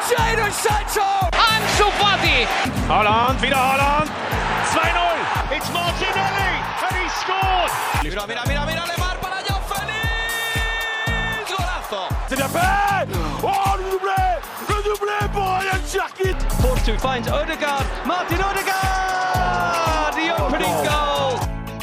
Jadon Sancho! Ansu Fati! Haaland, wieder Haaland! 2-0! It's Martinelli! And he scored! Mira, Lemar para Joao Félix! Golazo! C'est bien fait! Oh, le doublé pour Ryan Cherki! Force 2 finds Odegaard. Martin Odegaard! The opening goal!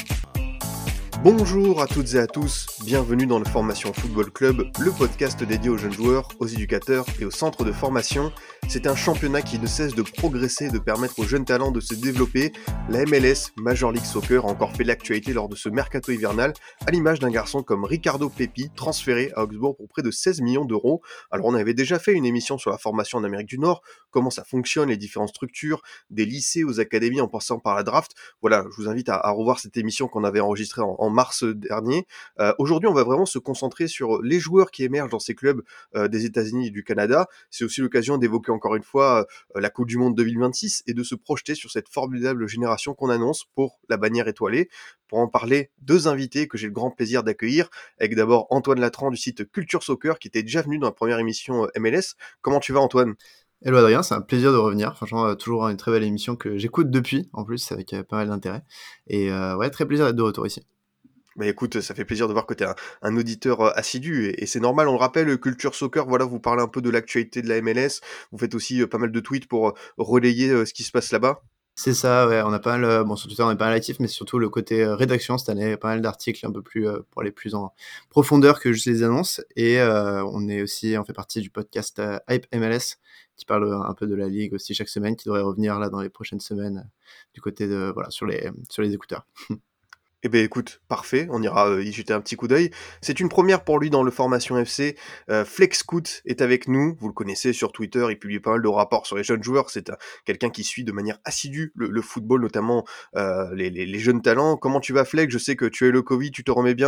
Bonjour à toutes et à tous, bienvenue dans le Formation Football Club, le podcast dédié aux jeunes joueurs, aux éducateurs et aux centres de formation. C'est un championnat qui ne cesse de progresser et de permettre aux jeunes talents de se développer. La MLS, Major League Soccer, a encore fait l'actualité lors de ce mercato hivernal, à l'image d'un garçon comme Ricardo Pepi, transféré à Augsbourg pour près de 16 millions d'euros. Alors on avait déjà fait une émission sur la formation en Amérique du Nord, comment ça fonctionne, les différentes structures, des lycées aux académies en passant par la draft. Voilà, je vous invite à revoir cette émission qu'on avait enregistrée en mars dernier. Aujourd'hui, on va vraiment se concentrer sur les joueurs qui émergent dans ces clubs des États-Unis et du Canada. C'est aussi l'occasion d'évoquer encore une fois la Coupe du Monde 2026 et de se projeter sur cette formidable génération qu'on annonce pour la bannière étoilée. Pour en parler, deux invités que j'ai le grand plaisir d'accueillir, avec d'abord Antoine Latran du site Culture Soccer qui était déjà venu dans la première émission MLS. Comment tu vas, Antoine ? Hello Adrien, c'est un plaisir de revenir. Franchement, toujours une très belle émission que j'écoute depuis, en plus, avec pas mal d'intérêt. Et ouais, très plaisir d'être de retour ici. Bah écoute, ça fait plaisir de voir que tu es un auditeur assidu, et c'est normal, on le rappelle, Culture Soccer, voilà, vous parlez un peu de l'actualité de la MLS, vous faites aussi pas mal de tweets pour relayer ce qui se passe là-bas. C'est ça, ouais, on a pas mal, sur Twitter on est pas mal actif, mais surtout le côté rédaction cette année, pas mal d'articles un peu plus, pour aller plus en profondeur que juste les annonces, et on fait partie du podcast Hype MLS, qui parle un peu de la ligue aussi chaque semaine, qui devrait revenir là dans les prochaines semaines, du côté de, voilà, sur les écouteurs. Eh ben écoute, parfait, on ira y jeter un petit coup d'œil. C'est une première pour lui dans le Formation FC. Flex Scout est avec nous, vous le connaissez sur Twitter, il publie pas mal de rapports sur les jeunes joueurs, c'est quelqu'un qui suit de manière assidue le football, notamment les jeunes talents. Comment tu vas, Flex ? Je sais que tu as eu le Covid, tu te remets bien ?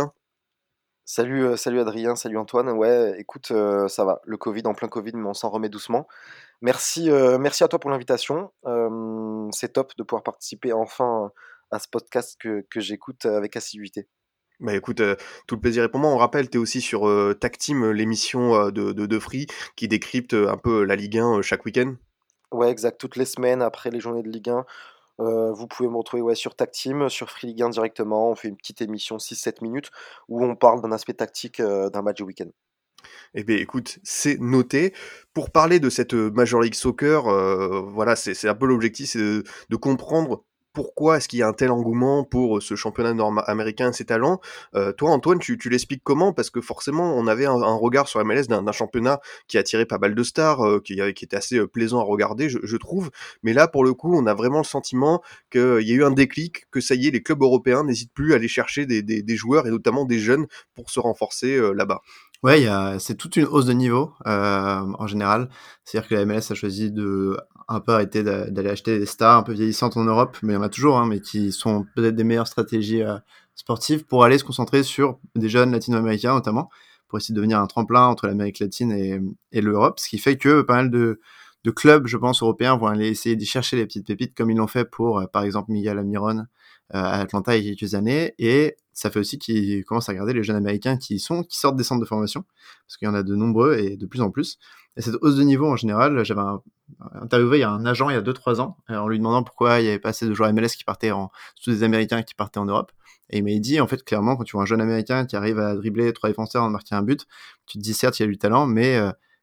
Salut Adrien, salut Antoine. Ouais, écoute, ça va. Le Covid, en plein Covid, mais on s'en remet doucement. Merci à toi pour l'invitation. C'est top de pouvoir participer enfin à ce podcast que j'écoute avec assiduité. Bah écoute, tout le plaisir est pour moi. On rappelle, tu es aussi sur Tag Team, l'émission de Free, qui décrypte un peu la Ligue 1 chaque week-end. Ouais, exact. Toutes les semaines après les journées de Ligue 1, vous pouvez me retrouver sur Tag Team, sur Free Ligue 1 directement. On fait une petite émission 6-7 minutes où on parle d'un aspect tactique d'un match du week-end. Eh bien, écoute, c'est noté. Pour parler de cette Major League Soccer, voilà, c'est un peu l'objectif, c'est de comprendre pourquoi est-ce qu'il y a un tel engouement pour ce championnat nord-américain et ses talents. Toi, Antoine, tu l'expliques comment ? Parce que forcément, on avait un regard sur MLS d'un championnat qui attirait pas mal de stars, qui était assez plaisant à regarder, je trouve. Mais là, pour le coup, on a vraiment le sentiment qu'il y a eu un déclic, que ça y est, les clubs européens n'hésitent plus à aller chercher des joueurs, et notamment des jeunes, pour se renforcer là-bas. Ouais, c'est toute une hausse de niveau en général. C'est-à-dire que la MLS a choisi de un peu arrêter d'aller acheter des stars un peu vieillissantes en Europe, mais il y en a toujours, hein, mais qui sont peut-être des meilleures stratégies sportives pour aller se concentrer sur des jeunes latino-américains notamment, pour essayer de devenir un tremplin entre l'Amérique latine et l'Europe, ce qui fait que pas mal de clubs, je pense, européens vont aller essayer d'y chercher les petites pépites, comme ils l'ont fait pour, par exemple, Miguel Almiron à Atlanta il y a quelques années, et ça fait aussi qu'ils commencent à regarder les jeunes américains qui sortent des centres de formation, parce qu'il y en a de nombreux et de plus en plus. Et cette hausse de niveau en général, j'avais interviewé il y a un agent il y a 2-3 ans, en lui demandant pourquoi il y avait pas assez de joueurs MLS qui partaient surtout des Américains qui partaient en Europe. Et il m'a dit, en fait, clairement, quand tu vois un jeune Américain qui arrive à dribbler 3 défenseurs en marquer un but, tu te dis certes, il y a du talent, mais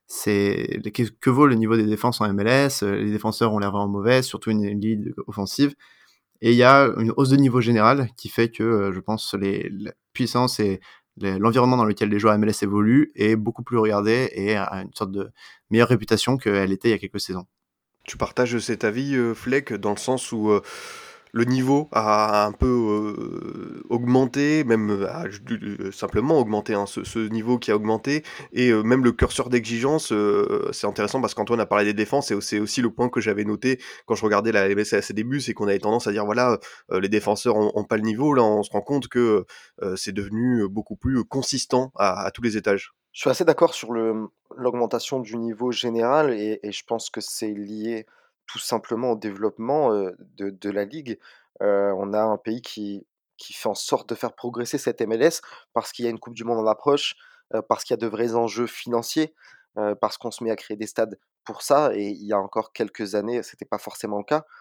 que vaut le niveau des défenses en MLS ? Les défenseurs ont l'air vraiment mauvais, surtout une ligne offensive. Et il y a une hausse de niveau général qui fait que, je pense, la puissance et l'environnement dans lequel les joueurs MLS évoluent est beaucoup plus regardé et a une sorte de meilleure réputation qu'elle était il y a quelques saisons. Tu partages cet avis, Fleck, dans le sens où le niveau a un peu augmenté, même simplement augmenté, hein, ce niveau qui a augmenté, et même le curseur d'exigence, c'est intéressant parce qu'Antoine a parlé des défenses, et c'est aussi le point que j'avais noté quand je regardais la MLS à ses débuts, c'est qu'on avait tendance à dire voilà, les défenseurs ont pas le niveau. Là on se rend compte que c'est devenu beaucoup plus consistant à tous les étages. Je suis assez d'accord sur l'augmentation du niveau général et je pense que c'est lié tout simplement au développement de la ligue. On a un pays qui fait en sorte de faire progresser cette MLS parce qu'il y a une Coupe du Monde en approche, parce qu'il y a de vrais enjeux financiers. parce qu'on se met à créer des stades pour ça et il y a encore quelques années, c'était pas forcément le cas.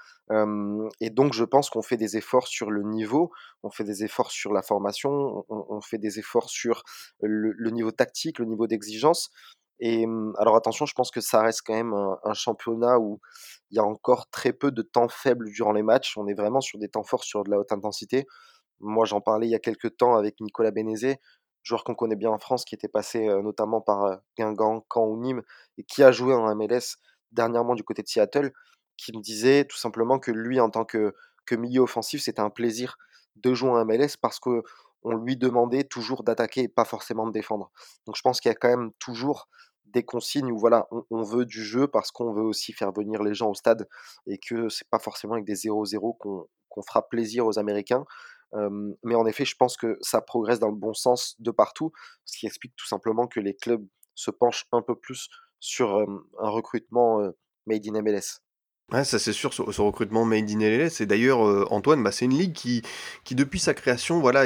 Et donc je pense qu'on fait des efforts sur le niveau, on fait des efforts sur la formation, on fait des efforts sur le niveau tactique, le niveau d'exigence et alors attention, je pense que ça reste quand même un championnat où il y a encore très peu de temps faibles durant les matchs. On est vraiment sur des temps forts, sur de la haute intensité. Moi, j'en parlais il y a quelques temps avec Nicolas Bénézet, joueur qu'on connaît bien en France, qui était passé, notamment par, Guingamp, Caen ou Nîmes et qui a joué en MLS dernièrement du côté de Seattle, qui me disait tout simplement que lui, en tant que milieu offensif, c'était un plaisir de jouer en MLS parce qu'on lui demandait toujours d'attaquer et pas forcément de défendre. Donc je pense qu'il y a quand même toujours des consignes où voilà, on veut du jeu parce qu'on veut aussi faire venir les gens au stade et que c'est pas forcément avec des 0-0 qu'on fera plaisir aux Américains. Mais en effet, je pense que ça progresse dans le bon sens de partout, ce qui explique tout simplement que les clubs se penchent un peu plus sur, un recrutement, made in MLS. Ouais, ça c'est sûr, ce recrutement Made in MLS et d'ailleurs, Antoine, bah, c'est une ligue qui depuis sa création, voilà,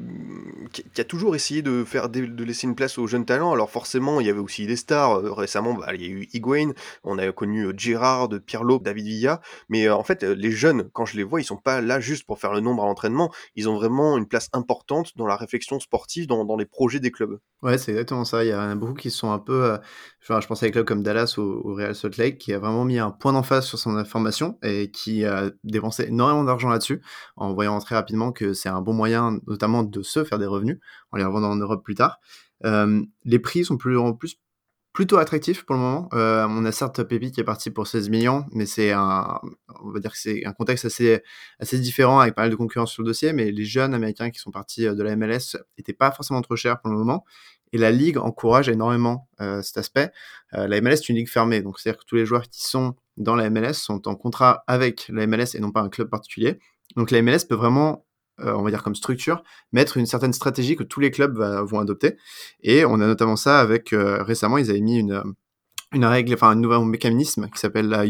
qui a toujours essayé de laisser une place aux jeunes talents. Alors forcément, il y avait aussi des stars, récemment, bah, il y a eu Higuaín, on a connu, Gerrard, Pirlo, David Villa, mais, en fait, les jeunes, quand je les vois, ils sont pas là juste pour faire le nombre à l'entraînement, ils ont vraiment une place importante dans la réflexion sportive, dans les projets des clubs. Ouais, c'est exactement ça. Il y en a beaucoup qui sont un peu, enfin, je pense à des clubs comme Dallas ou Real Salt Lake, qui a vraiment mis un point d'emphase sur son formation et qui a dépensé énormément d'argent là-dessus, en voyant très rapidement que c'est un bon moyen, notamment de se faire des revenus, en les revendant en Europe plus tard. Les prix sont en plus plutôt attractifs pour le moment. On a certes Pepi qui est parti pour 16 millions, mais on va dire que c'est un contexte assez différent avec pas mal de concurrence sur le dossier, mais les jeunes américains qui sont partis de la MLS étaient pas forcément trop chers pour le moment. Et la ligue encourage énormément cet aspect. La MLS est une ligue fermée, donc c'est-à-dire que tous les joueurs qui sont dans la MLS sont en contrat avec la MLS et non pas un club particulier. Donc la MLS peut vraiment, on va dire comme structure, mettre une certaine stratégie que tous les clubs vont adopter. Et on a notamment ça avec, récemment, ils avaient mis une règle, enfin un nouveau mécanisme qui s'appelle la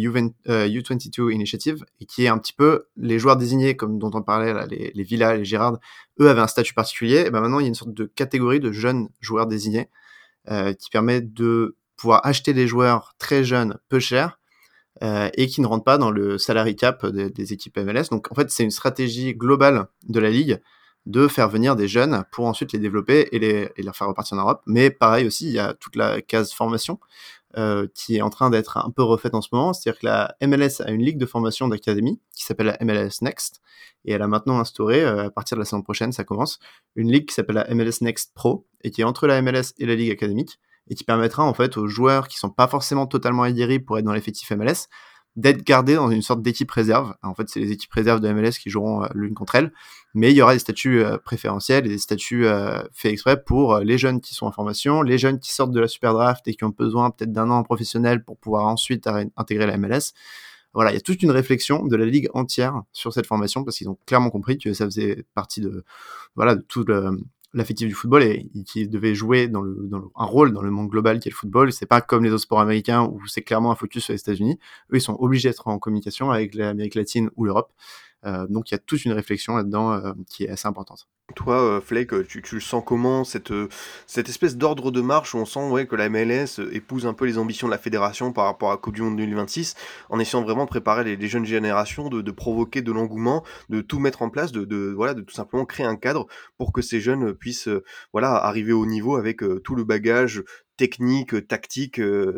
U22 Initiative et qui est un petit peu les joueurs désignés, comme dont on parlait, là, les Villa, les Gerrard, eux avaient un statut particulier. Et ben maintenant, il y a une sorte de catégorie de jeunes joueurs désignés qui permet de pouvoir acheter des joueurs très jeunes, peu chers, et qui ne rentrent pas dans le salary cap des équipes MLS. Donc en fait, c'est une stratégie globale de la Ligue de faire venir des jeunes pour ensuite les développer et les faire repartir en Europe. Mais pareil aussi, il y a toute la case formation qui est en train d'être un peu refaite en ce moment. C'est-à-dire que la MLS a une ligue de formation d'académie qui s'appelle la MLS Next et elle a maintenant instauré, à partir de la saison prochaine, ça commence, une ligue qui s'appelle la MLS Next Pro et qui est entre la MLS et la ligue académique et qui permettra en fait aux joueurs qui sont pas forcément totalement aguerris pour être dans l'effectif MLS d'être gardés dans une sorte d'équipe réserve. En fait, c'est les équipes réserves de MLS qui joueront l'une contre elles, mais il y aura des statuts préférentiels et des statuts faits exprès pour les jeunes qui sont en formation, les jeunes qui sortent de la Super Draft et qui ont besoin peut-être d'un an professionnel pour pouvoir ensuite intégrer la MLS. Voilà, il y a toute une réflexion de la ligue entière sur cette formation parce qu'ils ont clairement compris que ça faisait partie de tout l'affectif du football et qui devait jouer un rôle dans le monde global qui est le football. C'est pas comme les autres sports américains où c'est clairement un focus sur les États-Unis. Eux, ils sont obligés d'être en communication avec l'Amérique latine ou l'Europe. Donc il y a toute une réflexion là-dedans qui est assez importante. Toi, Flake, tu le sens comment cette espèce d'ordre de marche où on sent ouais, que la MLS épouse un peu les ambitions de la fédération par rapport à la Coupe du Monde 2026, en essayant vraiment de préparer les jeunes générations, de provoquer de l'engouement, de tout mettre en place, voilà, de tout simplement créer un cadre pour que ces jeunes puissent voilà, arriver au niveau avec tout le bagage technique, tactique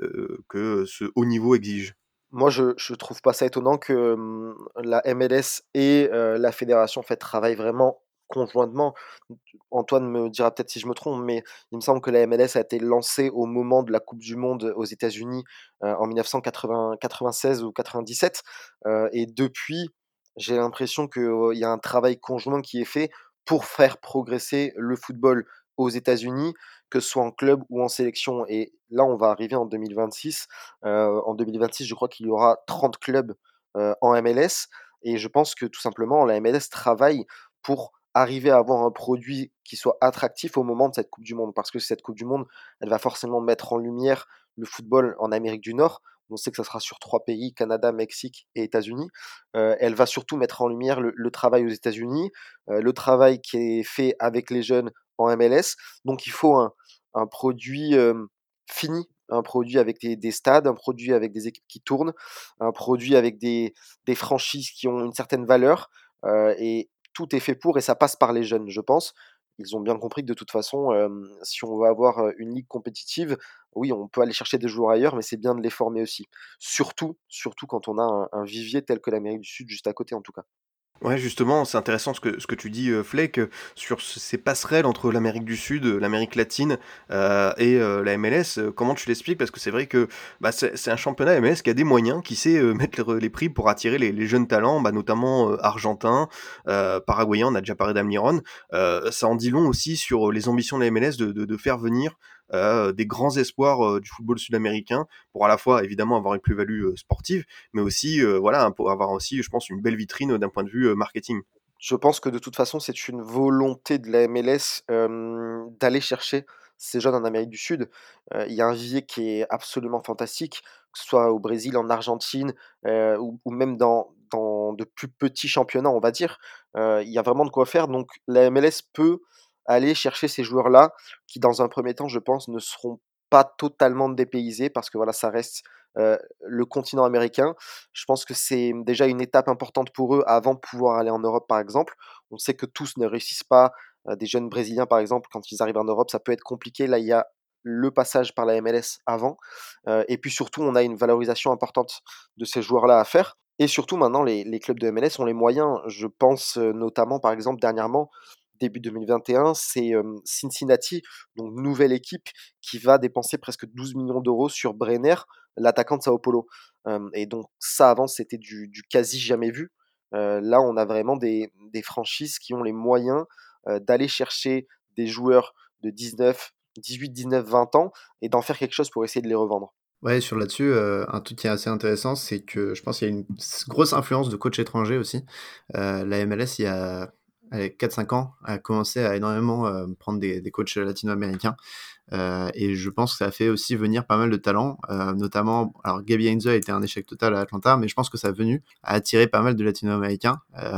que ce haut niveau exige. Moi, je trouve pas ça étonnant que, la MLS et la fédération, en fait, travaillent vraiment conjointement. Antoine me dira peut-être si je me trompe, mais il me semble que la MLS a été lancée au moment de la coupe du monde aux États-Unis, en 1996 ou 97, et depuis, j'ai l'impression qu'il y a un travail conjoint qui est fait pour faire progresser le football aux États-Unis, que ce soit en club ou en sélection et là, on va arriver en 2026. En 2026, je crois qu'il y aura 30 clubs, en MLS et je pense que tout simplement la MLS travaille pour arriver à avoir un produit qui soit attractif au moment de cette coupe du monde. Parce que cette coupe du monde, elle va forcément mettre en lumière le football en Amérique du Nord. On sait que ça sera sur 3 pays, Canada, Mexique et États-Unis. Elle va surtout mettre en lumière le travail aux États-Unis, le travail qui est fait avec les jeunes en MLS. Donc il faut un produit, fini un produit avec des stades, un produit avec des équipes qui tournent, un produit avec des franchises qui ont une certaine valeur, et tout est fait pour et ça passe par les jeunes, je pense. Ils ont bien compris que de toute façon, si on veut avoir, une ligue compétitive, oui, on peut aller chercher des joueurs ailleurs, mais c'est bien de les former aussi. Surtout quand on a un vivier tel que l'Amérique du Sud juste à côté, en tout cas. Ouais, justement, c'est intéressant ce que tu dis, Fleck, sur ces passerelles entre l'Amérique du Sud, l'Amérique latine et la MLS. Comment tu l'expliques? Parce que c'est vrai que bah, c'est un championnat MLS qui a des moyens, qui sait mettre les prix pour attirer les jeunes talents, bah, notamment argentins, paraguayens, on a déjà parlé d'Almiron. Ça en dit long aussi sur les ambitions de la MLS de faire venir des grands espoirs du football sud-américain pour à la fois évidemment avoir une plus-value sportive, mais aussi voilà, pour avoir aussi, je pense, une belle vitrine d'un point de vue marketing. Je pense que de toute façon, c'est une volonté de la MLS, d'aller chercher ces jeunes en Amérique du Sud. Il y a un vivier qui est absolument fantastique, que ce soit au Brésil, en Argentine, ou même dans de plus petits championnats, on va dire. Il y a vraiment de quoi faire, donc la MLS peut aller chercher ces joueurs-là qui, dans un premier temps, je pense, ne seront pas totalement dépaysés parce que voilà, ça reste, le continent américain. Je pense que c'est déjà une étape importante pour eux avant de pouvoir aller en Europe, par exemple. On sait que tous ne réussissent pas. Des jeunes Brésiliens, par exemple, quand ils arrivent en Europe, ça peut être compliqué. Là, il y a le passage par la MLS avant. Et puis surtout, on a une valorisation importante de ces joueurs-là à faire. Et surtout, maintenant, les clubs de MLS ont les moyens. Je pense notamment, par exemple, dernièrement, début 2021, c'est Cincinnati, donc nouvelle équipe, qui va dépenser presque 12 millions d'euros sur Brenner, l'attaquant de Sao Paulo. Et donc ça, avant, c'était du quasi jamais vu. Là, on a vraiment des franchises qui ont les moyens d'aller chercher des joueurs de 18, 19, 20 ans et d'en faire quelque chose pour essayer de les revendre. Ouais, sur là-dessus, un truc qui est assez intéressant, c'est que je pense qu'il y a une grosse influence de coachs étrangers aussi. La MLS, il y a allez, 4-5 ans, a commencé à énormément prendre des coachs latino-américains. Et je pense que ça a fait aussi venir pas mal de talents, notamment, alors Gabi Heinze a été un échec total à Atlanta, mais je pense que ça a venu à attirer pas mal de latino-américains.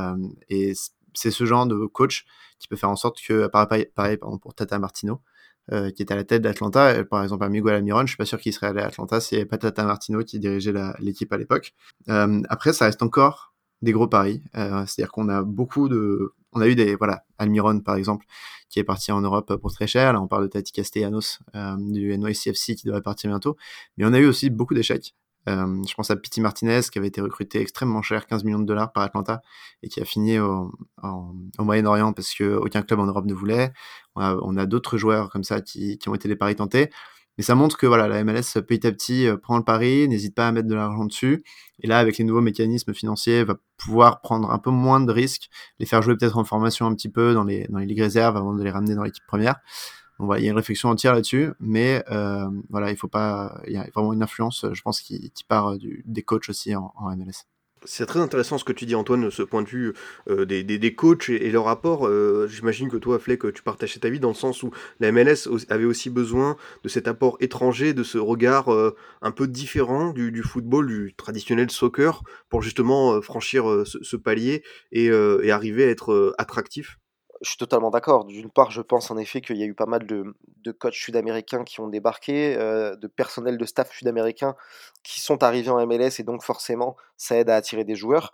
Et c'est ce genre de coach qui peut faire en sorte que, pareil pardon, pour Tata Martino, qui était à la tête d'Atlanta. Par exemple, à Miguel Almiron, je suis pas sûr qu'il serait allé à Atlanta s'il n'y avait pas Tata Martino qui dirigeait l'équipe à l'époque. Après, ça reste encore des gros paris. C'est-à-dire qu'on a on a eu voilà, Almiron par exemple, qui est parti en Europe pour très cher. Là, on parle de Tati Castellanos, du NYCFC qui devrait partir bientôt. Mais on a eu aussi beaucoup d'échecs. Je pense à Pity Martinez qui avait été recruté extrêmement cher, 15 millions de dollars par Atlanta, et qui a fini au Moyen-Orient parce qu'aucun club en Europe ne voulait. On a d'autres joueurs comme ça qui ont été des paris tentés. Mais ça montre que voilà, la MLS, petit à petit, prend le pari, n'hésite pas à mettre de l'argent dessus. Et là, avec les nouveaux mécanismes financiers, va pouvoir prendre un peu moins de risques, les faire jouer peut-être en formation un petit peu dans les ligues réserves avant de les ramener dans l'équipe première. Donc voilà, il y a une réflexion entière là-dessus, mais voilà, il y a vraiment une influence, je pense, qui part des coachs aussi en MLS. C'est très intéressant ce que tu dis, Antoine, de ce point de vue des coachs et leur rapport. J'imagine que toi, Fleck, tu partages cet avis dans le sens où la MLS avait aussi besoin de cet apport étranger, de ce regard un peu différent du football, du traditionnel soccer, pour justement franchir ce palier et arriver à être attractif. Je suis totalement d'accord. D'une part, je pense en effet qu'il y a eu pas mal de coachs sud-américains qui ont débarqué, de personnel de staff sud-américain qui sont arrivés en MLS et donc forcément, ça aide à attirer des joueurs.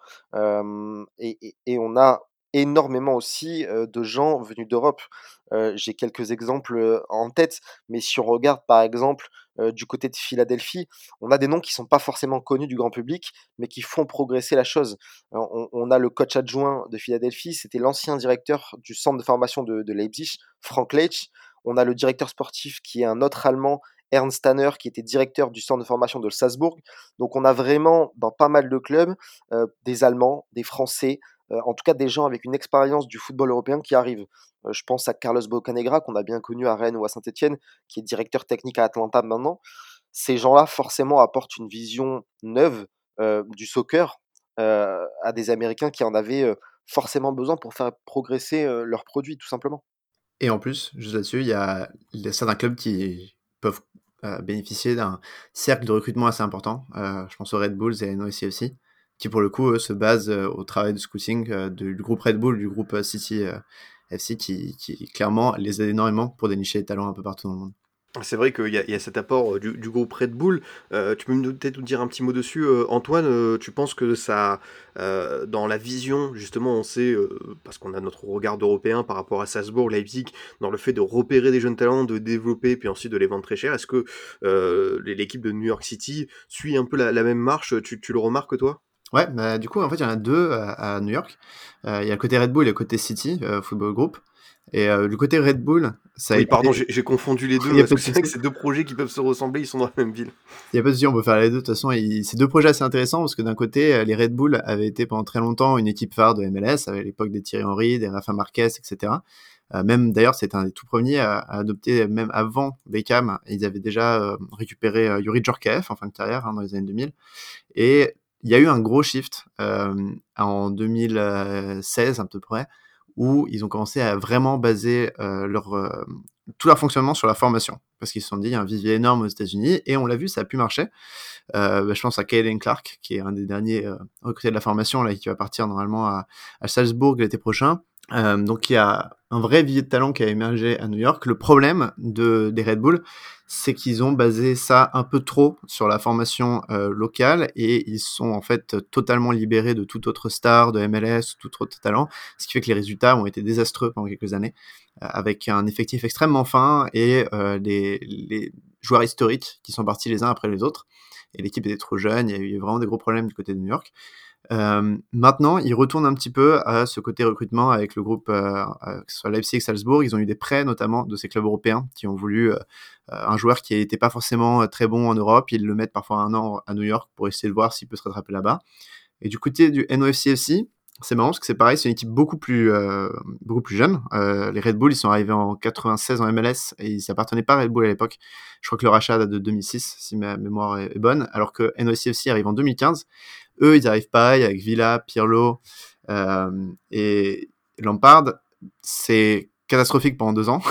Et on a énormément aussi, de gens venus d'Europe. J'ai quelques exemples, en tête, mais si on regarde par exemple, du côté de Philadelphie, on a des noms qui sont pas forcément connus du grand public, mais qui font progresser la chose. On a le coach adjoint de Philadelphie, c'était l'ancien directeur du centre de formation de Leipzig, Frank Leitch. On a le directeur sportif qui est un autre Allemand, Ernst Tanner, qui était directeur du centre de formation de Salzbourg. Donc on a vraiment dans pas mal de clubs des Allemands, des Français, en tout cas des gens avec une expérience du football européen qui arrivent. Je pense à Carlos Bocanegra, qu'on a bien connu à Rennes ou à Saint-Etienne, qui est directeur technique à Atlanta maintenant. Ces gens-là, forcément, apportent une vision neuve du soccer à des Américains qui en avaient forcément besoin pour faire progresser leurs produits, tout simplement. Et en plus, juste là-dessus, il y a certains clubs qui peuvent bénéficier d'un cercle de recrutement assez important. Je pense aux Red Bulls et à NYCFC, qui pour le coup, eux, se basent au travail de scouting du groupe Red Bull, du groupe City FC, qui clairement les aide énormément pour dénicher les talents un peu partout dans le monde. C'est vrai qu'il y a cet apport du groupe Red Bull. Tu peux peut-être nous dire un petit mot dessus, Antoine. Tu penses que ça, dans la vision, justement, on sait, parce qu'on a notre regard européen par rapport à Salzbourg, Leipzig, dans le fait de repérer des jeunes talents, de développer, puis ensuite de les vendre très cher, est-ce que l'équipe de New York City suit un peu la même marche? Tu le remarques, toi? Ouais, bah, du coup, en fait, il y en a 2 à New York. Il y a le côté Red Bull et le côté City, Football Group. Et du côté Red Bull, ça a Oui, pardon, été j'ai confondu les il deux, y a parce pas que de c'est vrai que souci. c'est deux projets qui peuvent se ressembler, ils sont dans la même ville. Il y a pas de souci, on peut faire les 2. De toute façon, c'est 2 projets assez intéressants parce que d'un côté, les Red Bull avaient été pendant très longtemps une équipe phare de MLS, à l'époque des Thierry Henry, des Rafa Marquez, et cetera. Même d'ailleurs, c'était un des tout premiers à adopter, même avant Beckham, ils avaient déjà, récupéré, Youri Djorkaeff en fin de carrière, hein, dans les années 2000. Et il y a eu un gros shift en 2016 à peu près, où ils ont commencé à vraiment baser tout leur fonctionnement sur la formation. Parce qu'ils se sont dit, il y a un vivier énorme aux États-Unis, et on l'a vu, ça a pu marcher. Je pense à Caden Clark, qui est un des derniers recrutés de la formation, là, qui va partir normalement à Salzbourg l'été prochain. Donc il y a un vrai vivier de talent qui a émergé à New York. Le problème des Red Bull, c'est qu'ils ont basé ça un peu trop sur la formation locale, et ils sont en fait totalement libérés de toute autre star de MLS ou tout autre talent, ce qui fait que les résultats ont été désastreux pendant quelques années, avec un effectif extrêmement fin et les joueurs historiques qui sont partis les uns après les autres. Et l'équipe était trop jeune, il y a eu vraiment des gros problèmes du côté de New York. Maintenant, ils retournent un petit peu à ce côté recrutement avec le groupe, que ce soit Leipzig et Salzbourg. Ils ont eu des prêts, notamment, de ces clubs européens qui ont voulu un joueur qui n'était pas forcément très bon en Europe. Ils le mettent parfois 1 an à New York pour essayer de voir s'il peut se rattraper là-bas. Et du côté du NOFCFC, c'est marrant parce que c'est pareil, c'est une équipe beaucoup plus jeune. Les Red Bull, ils sont arrivés en 96 en MLS et ils appartenaient pas à Red Bull à l'époque. Je crois que le rachat date de 2006, si ma mémoire est bonne, alors que NOFCFC arrive en 2015. Eux, ils arrivent pareil avec Villa, Pirlo et Lampard. C'est catastrophique pendant 2 ans,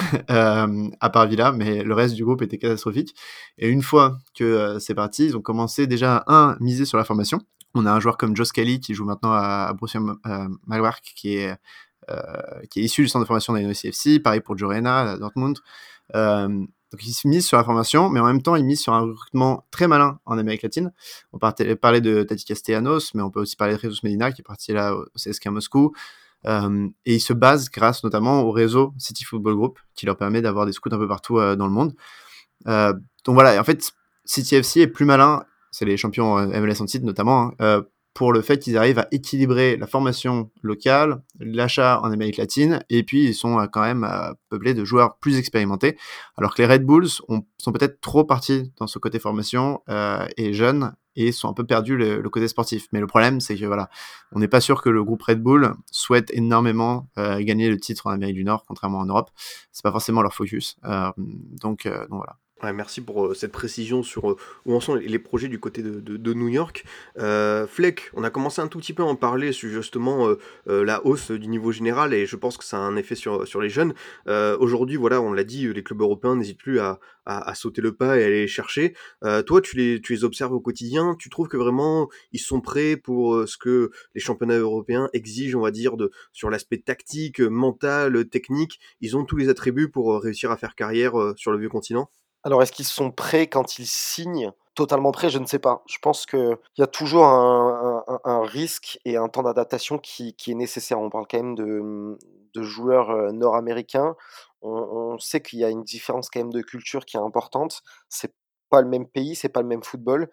à part Villa, mais le reste du groupe était catastrophique. Et une fois que c'est parti, ils ont commencé déjà à miser sur la formation. On a un joueur comme Josh Kelly qui joue maintenant à Borussia Mönchengladbach, qui est issu du centre de formation de la NOCFC. Pareil pour Jorena à Dortmund. Donc ils se misent sur la formation, mais en même temps ils misent sur un recrutement très malin en Amérique latine. On parlait de Tati Castellanos, mais on peut aussi parler de Jesus Medina qui est parti là au CSKA Moscou. Et ils se basent grâce notamment au réseau City Football Group qui leur permet d'avoir des scouts un peu partout dans le monde. Donc voilà, et en fait City FC est plus malin, c'est les champions MLS en titre notamment, hein, pour le fait qu'ils arrivent à équilibrer la formation locale, l'achat en Amérique latine, et puis ils sont quand même peuplés de joueurs plus expérimentés, alors que les Red Bulls sont peut-être trop partis dans ce côté formation et jeunes, et sont un peu perdus le côté sportif. Mais le problème, c'est que voilà, on n'est pas sûr que le groupe Red Bull souhaite énormément gagner le titre en Amérique du Nord, contrairement en Europe. C'est pas forcément leur focus. Donc voilà. Ouais, merci pour cette précision sur où en sont les projets du côté de New York. Fleck, on a commencé un tout petit peu à en parler sur justement la hausse du niveau général, et je pense que ça a un effet sur les jeunes. Aujourd'hui, voilà, on l'a dit, les clubs européens n'hésitent plus à sauter le pas et à aller les chercher. Toi, tu les observes au quotidien, tu trouves que vraiment ils sont prêts pour ce que les championnats européens exigent, on va dire, sur l'aspect tactique, mental, technique. Ils ont tous les attributs pour réussir à faire carrière sur le vieux continent? Alors, est-ce qu'ils sont prêts quand ils signent? Totalement prêts, je ne sais pas. Je pense qu'il y a toujours un risque et un temps d'adaptation qui est nécessaire. On parle quand même de joueurs nord-américains. On sait qu'il y a une différence quand même de culture qui est importante. C'est pas le même pays, c'est pas le même football.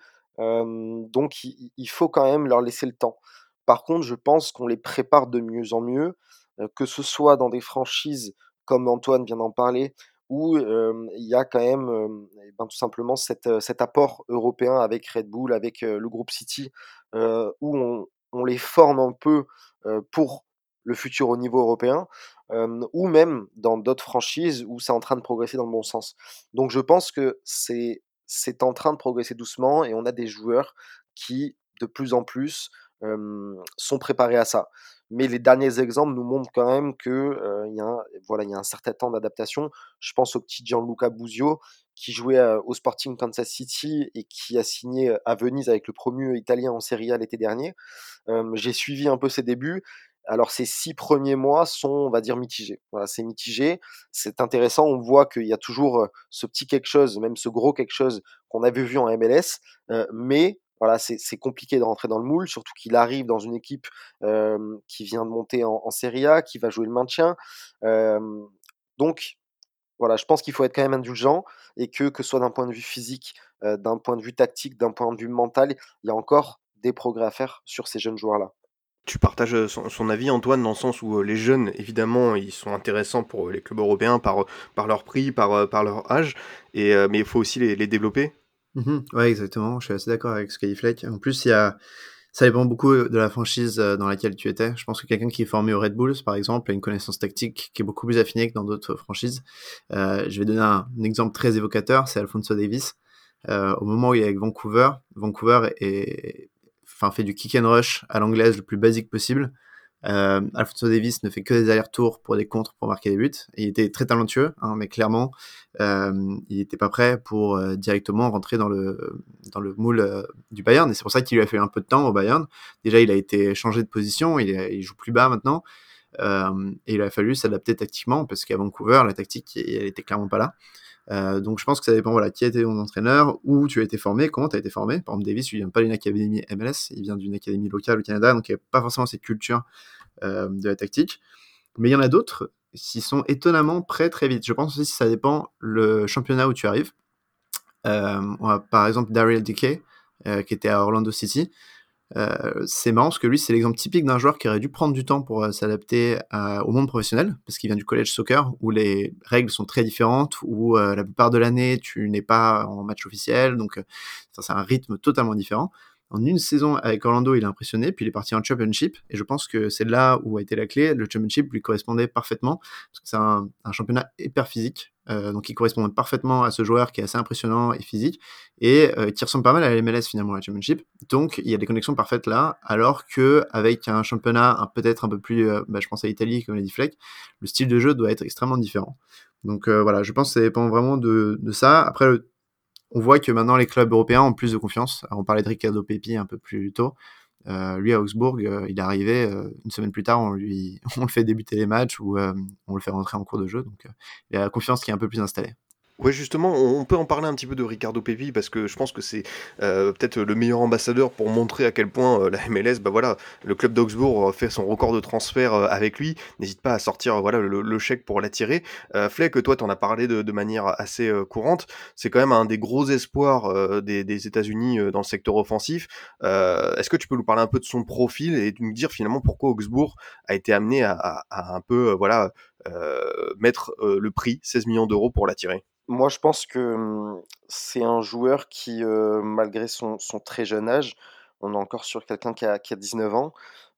Donc, il faut quand même leur laisser le temps. Par contre, je pense qu'on les prépare de mieux en mieux, que ce soit dans des franchises comme Antoine vient d'en parler, où il y a quand même, et ben, tout simplement cet apport européen avec Red Bull, avec, le groupe City, où on les forme un peu, pour le futur au niveau européen, ou même dans d'autres franchises où c'est en train de progresser dans le bon sens. Donc je pense que c'est en train de progresser doucement et on a des joueurs qui, de plus en plus, sont préparés à ça. Mais les derniers exemples nous montrent quand même que, il y a un certain temps d'adaptation. Je pense au petit Gianluca Busio qui jouait, au Sporting Kansas City et qui a signé, à Venise avec le promu italien en Serie A l'été dernier. J'ai suivi un peu ses débuts. Alors ces 6 premiers mois sont, on va dire, mitigés. Voilà, c'est mitigé, c'est intéressant, on voit qu'il y a toujours, ce petit quelque chose, même ce gros quelque chose qu'on avait vu en MLS, mais voilà, c'est compliqué de rentrer dans le moule, surtout qu'il arrive dans une équipe, qui vient de monter en Serie A, qui va jouer le maintien, donc voilà, je pense qu'il faut être quand même indulgent et que ce soit d'un point de vue physique, d'un point de vue tactique, d'un point de vue mental, il y a encore des progrès à faire sur ces jeunes joueurs-là. Tu partages son avis, Antoine, dans le sens où les jeunes, évidemment, ils sont intéressants pour les clubs européens par leur prix, par leur âge, mais il faut aussi les développer. Ouais, exactement. Je suis assez d'accord avec ce qu'a dit Fleck. En plus, ça dépend beaucoup de la franchise dans laquelle tu étais. Je pense que quelqu'un qui est formé au Red Bulls, par exemple, a une connaissance tactique qui est beaucoup plus affinée que dans d'autres franchises. Je vais donner un exemple très évocateur, c'est Alphonso Davies. Au moment où il est avec Vancouver, fait du kick and rush à l'anglaise le plus basique possible. Alphonso Davies ne fait que des allers-retours pour des contres pour marquer des buts. Il était très talentueux, hein, mais clairement, il n'était pas prêt pour directement rentrer dans le moule du Bayern. Et c'est pour ça qu'il lui a fait un peu de temps au Bayern. Déjà, il a été changé de position, il joue plus bas maintenant. Et il a fallu s'adapter tactiquement parce qu'à Vancouver, la tactique, elle était clairement pas là. Donc je pense que ça dépend qui a été ton entraîneur, où tu as été formé, comment tu as été formé. Par exemple, Davis, il vient pas d'une académie MLS, il vient d'une académie locale au Canada, donc il n'y a pas forcément cette culture de la tactique. Mais il y en a d'autres qui sont étonnamment prêts très vite. Je pense aussi que ça dépend le championnat où tu arrives. On a par exemple Daryl Dike, qui était à Orlando City. C'est marrant parce que lui, c'est l'exemple typique d'un joueur qui aurait dû prendre du temps pour s'adapter au monde professionnel, parce qu'il vient du college soccer, où les règles sont très différentes, où la plupart de l'année, tu n'es pas en match officiel, donc c'est un rythme totalement différent. En une saison avec Orlando, il a impressionné, puis il est parti en Championship, et je pense que c'est là où a été la clé. Le Championship lui correspondait parfaitement, parce que c'est un championnat hyper physique, donc il correspond parfaitement à ce joueur qui est assez impressionnant et physique, et qui ressemble pas mal à la MLS finalement, la Championship. Donc il y a des connexions parfaites là, alors qu'avec un championnat peut-être un peu plus, je pense à l'Italie, comme l'a dit Fleck, le style de jeu doit être extrêmement différent. Donc voilà, je pense que ça dépend vraiment de ça. Après, on voit que maintenant les clubs européens ont plus de confiance. Alors, on parlait de Ricardo Pepi un peu plus tôt. Lui à Augsbourg, il est arrivé une semaine plus tard, on le fait débuter les matchs ou on le fait rentrer en cours de jeu. Donc il y a la confiance qui est un peu plus installée. Ouais, justement, on peut en parler un petit peu de Ricardo Pepi parce que je pense que c'est peut-être le meilleur ambassadeur pour montrer à quel point la MLS, le club d'Augsbourg fait son record de transfert avec lui. N'hésite pas à sortir le chèque pour l'attirer. Fleck, toi, t'en as parlé de manière assez courante. C'est quand même un des gros espoirs des États-Unis dans le secteur offensif. Est-ce que tu peux nous parler un peu de son profil et nous dire finalement pourquoi Augsbourg a été amené à un peu mettre le prix 16 millions d'euros pour l'attirer? Moi, je pense que, c'est un joueur qui, malgré son très jeune âge, on est encore sur quelqu'un qui a 19 ans,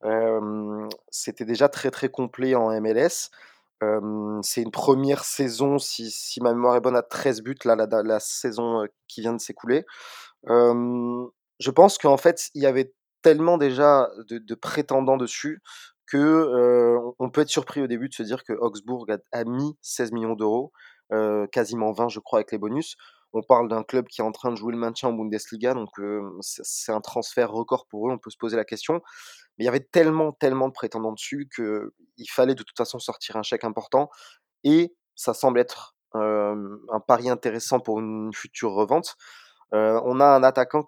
c'était déjà très, très complet en MLS. C'est une première saison, si ma mémoire est bonne, à 13 buts, là, la saison, qui vient de s'écouler. Hem, je pense qu'en fait, il y avait tellement déjà de prétendants dessus que, on peut être surpris au début de se dire que Augsbourg a mis 16 millions d'euros, quasiment 20 je crois avec les bonus. On parle d'un club qui est en train de jouer le maintien en Bundesliga, donc c'est un transfert record pour eux, on peut se poser la question. Mais il y avait tellement, tellement de prétendants dessus qu'il fallait de toute façon sortir un chèque important et ça semble être, un pari intéressant pour une future revente. On a un attaquant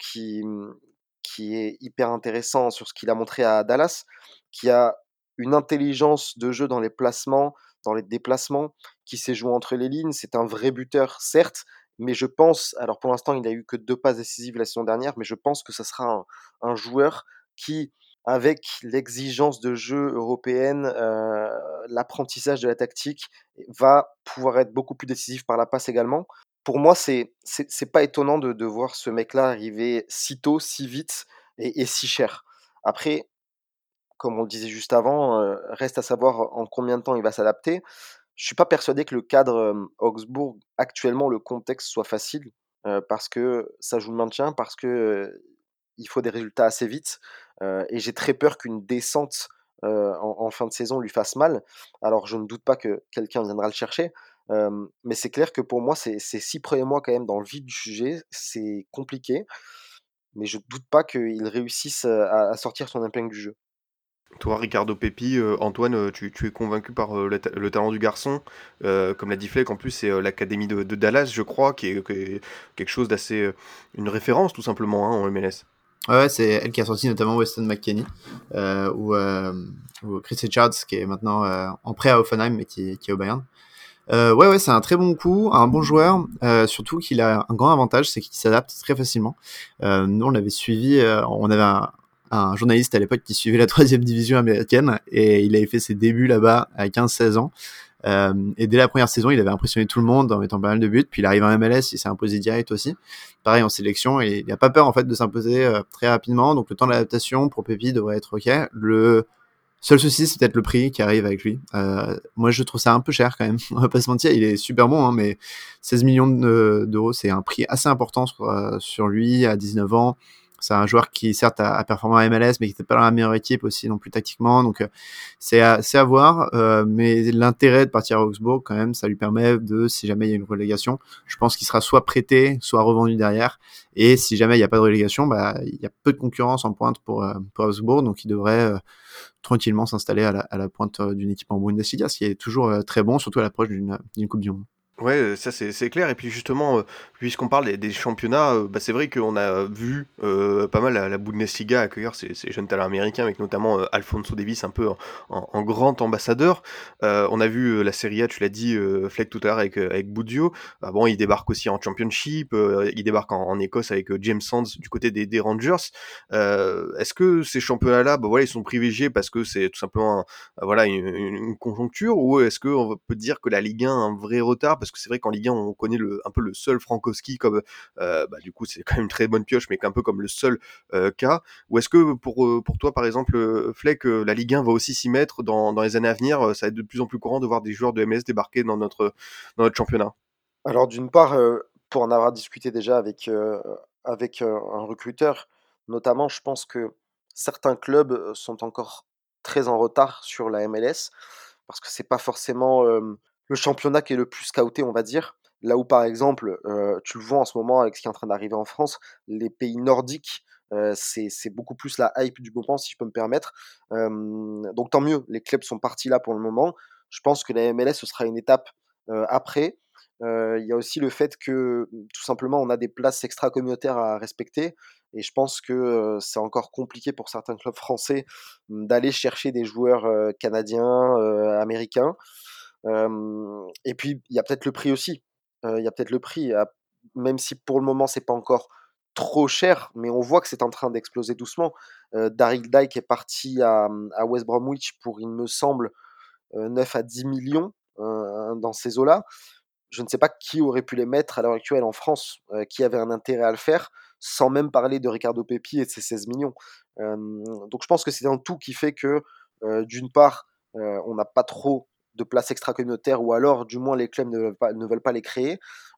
qui est hyper intéressant sur ce qu'il a montré à Dallas, qui a une intelligence de jeu dans les placements, dans les déplacements, qui sait jouer entre les lignes. C'est un vrai buteur, certes, mais je pense, alors pour l'instant, il a eu que 2 passes décisives la saison dernière, mais je pense que ça sera un joueur qui, avec l'exigence de jeu européenne, l'apprentissage de la tactique, va pouvoir être beaucoup plus décisif par la passe également. Pour moi, c'est pas étonnant de voir ce mec-là arriver si tôt, si vite et si cher. Après, comme on le disait juste avant, reste à savoir en combien de temps il va s'adapter. Je suis pas persuadé que le cadre, Augsbourg, actuellement, le contexte soit facile, parce que ça joue le maintien, parce que, il faut des résultats assez vite, et j'ai très peur qu'une descente, en fin de saison lui fasse mal. Alors je ne doute pas que quelqu'un viendra le chercher, mais c'est clair que pour moi, ces 6 premiers mois quand même dans le vif du sujet, c'est compliqué, mais je doute pas qu'il réussisse, à sortir son épingle du jeu. Toi, Ricardo Pepi, Antoine, tu es convaincu par le talent du garçon. Comme l'a dit Fleck, en plus, c'est l'académie de Dallas, je crois, qui est quelque chose d'assez. Une référence, tout simplement, hein, en MLS. Ouais, c'est elle qui a sorti notamment Weston McKennie, ou Chris Richards, qui est maintenant en prêt à Hoffenheim, mais qui est au Bayern. Ouais, c'est un très bon coup, un bon joueur, surtout qu'il a un grand avantage, c'est qu'il s'adapte très facilement. Nous, on l'avait suivi, on avait un journaliste à l'époque qui suivait la 3e division américaine, et il avait fait ses débuts là-bas à 15-16 ans. Et dès la première saison, il avait impressionné tout le monde en mettant pas mal de buts. Puis il arrive en MLS, il s'est imposé direct aussi. Pareil en sélection, et il n'a pas peur en fait de s'imposer très rapidement. Donc le temps de l'adaptation pour Pepi devrait être ok. Le seul souci, c'est peut-être le prix qui arrive avec lui. Moi, je trouve ça un peu cher quand même. On va pas se mentir, il est super bon, hein, mais 16 millions d'euros, c'est un prix assez important sur lui à 19 ans. C'est un joueur qui, certes, a performé en MLS, mais qui n'était pas dans la meilleure équipe aussi non plus tactiquement. Donc, c'est à voir. Mais l'intérêt de partir à Augsbourg, quand même, ça lui permet de, si jamais il y a une relégation, je pense qu'il sera soit prêté, soit revendu derrière. Et si jamais il n'y a pas de relégation, il y a peu de concurrence en pointe pour Augsbourg. Donc, il devrait tranquillement s'installer à la pointe d'une équipe en Bundesliga, ce qui est toujours très bon, surtout à l'approche d'une Coupe du Monde. Ouais, ça c'est clair. Et puis justement, puisqu'on parle des championnats, c'est vrai qu'on a vu pas mal la Bundesliga accueillir ces jeunes talents américains, avec notamment Alphonso Davies un peu en grand ambassadeur. On a vu la Serie A, tu l'as dit, Fleck tout à l'heure avec Budio. Bon, il débarque aussi en Championship, il débarque en Écosse avec James Sands du côté des Rangers. Est-ce que ces championnats-là, voilà, ils sont privilégiés parce que c'est tout simplement voilà, une conjoncture, ou est-ce qu'on peut dire que la Ligue 1 a un vrai retard? Parce que c'est vrai qu'en Ligue 1, on connaît un peu le seul Frankowski comme, du coup, c'est quand même une très bonne pioche, mais un peu comme le seul cas. Ou est-ce que pour toi, par exemple, Fleck, la Ligue 1 va aussi s'y mettre dans les années à venir? Ça va être de plus en plus courant de voir des joueurs de MLS débarquer dans notre championnat. Alors d'une part, pour en avoir discuté déjà avec un recruteur, notamment, je pense que certains clubs, sont encore très en retard sur la MLS parce que c'est pas forcément, le championnat qui est le plus scouté, on va dire. Là où, par exemple, tu le vois en ce moment avec ce qui est en train d'arriver en France, les pays nordiques, c'est beaucoup plus la hype du moment, si je peux me permettre. Donc tant mieux, les clubs sont partis là pour le moment. Je pense que la MLS, ce sera une étape, après. Il y a aussi le fait que, tout simplement, on a des places extra-communautaires à respecter et je pense que, c'est encore compliqué pour certains clubs français, d'aller chercher des joueurs, canadiens, américains. Et puis, il y a peut-être le prix aussi. Il y a peut-être le prix, même si pour le moment, c'est pas encore trop cher, mais on voit que c'est en train d'exploser doucement. Daryl Dike est parti à West Bromwich pour, il me semble, 9 à 10 millions, dans ces eaux-là. Je ne sais pas qui aurait pu les mettre à l'heure actuelle en France, qui avait un intérêt à le faire, sans même parler de Ricardo Pepi et de ses 16 millions. Donc je pense que c'est un tout qui fait que, d'une part, on n'a pas trop de places extra-communautaires, ou alors du moins les clubs ne veulent pas les créer.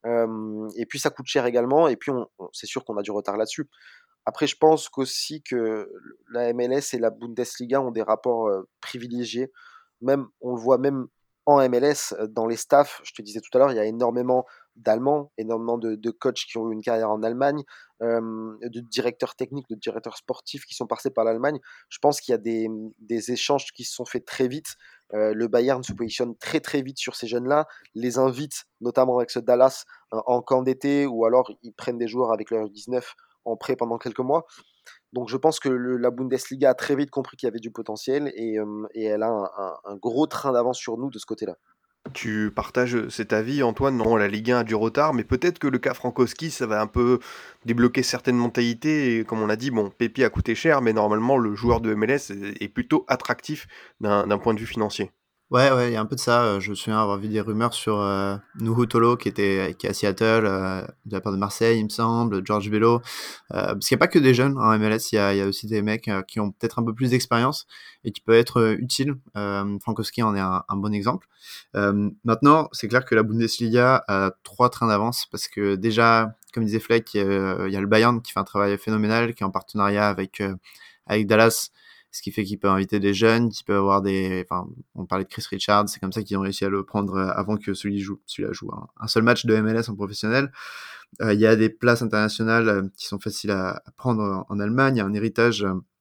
Et puis ça coûte cher également, et puis c'est sûr qu'on a du retard là-dessus. Après, je pense qu'aussi que la MLS et la Bundesliga ont des rapports privilégiés. Même, on le voit même en MLS, dans les staffs, je te disais tout à l'heure, il y a énormément d'Allemands, énormément de coachs qui ont eu une carrière en Allemagne, de directeurs techniques, de directeurs sportifs qui sont passés par l'Allemagne. Je pense qu'il y a des échanges qui se sont faits très vite. Le Bayern se positionne très très vite sur ces jeunes-là, les invite, notamment avec ce Dallas, en camp d'été, ou alors ils prennent des joueurs avec leur 19 en prêt pendant quelques mois. Donc je pense que la Bundesliga a très vite compris qu'il y avait du potentiel, et elle a un gros train d'avance sur nous de ce côté-là. Tu partages cet avis, Antoine? Non, la Ligue 1 a du retard, mais peut-être que le cas Frankowski, ça va un peu débloquer certaines mentalités. Et comme on l'a dit, bon, Pepi a coûté cher, mais normalement, le joueur de MLS est plutôt attractif d'un point de vue financier. Ouais, il y a un peu de ça. Je me souviens avoir vu des rumeurs sur Nuhu Tolo qui est à Seattle, de la part de Marseille, il me semble, George Bello. Parce qu'il n'y a pas que des jeunes en MLS, il y a aussi des mecs qui ont peut-être un peu plus d'expérience et qui peuvent être utiles. Frankowski en est un bon exemple. Maintenant, c'est clair que la Bundesliga a 3 trains d'avance parce que déjà, comme disait Fleck, il y a le Bayern qui fait un travail phénoménal, qui est en partenariat avec Dallas, ce qui fait qu'il peut inviter des jeunes, qu'il peut avoir on parlait de Chris Richards, c'est comme ça qu'ils ont réussi à le prendre avant que celui-là joue un seul match de MLS en professionnel. Il y a des places internationales qui sont faciles à prendre en Allemagne, il y a un héritage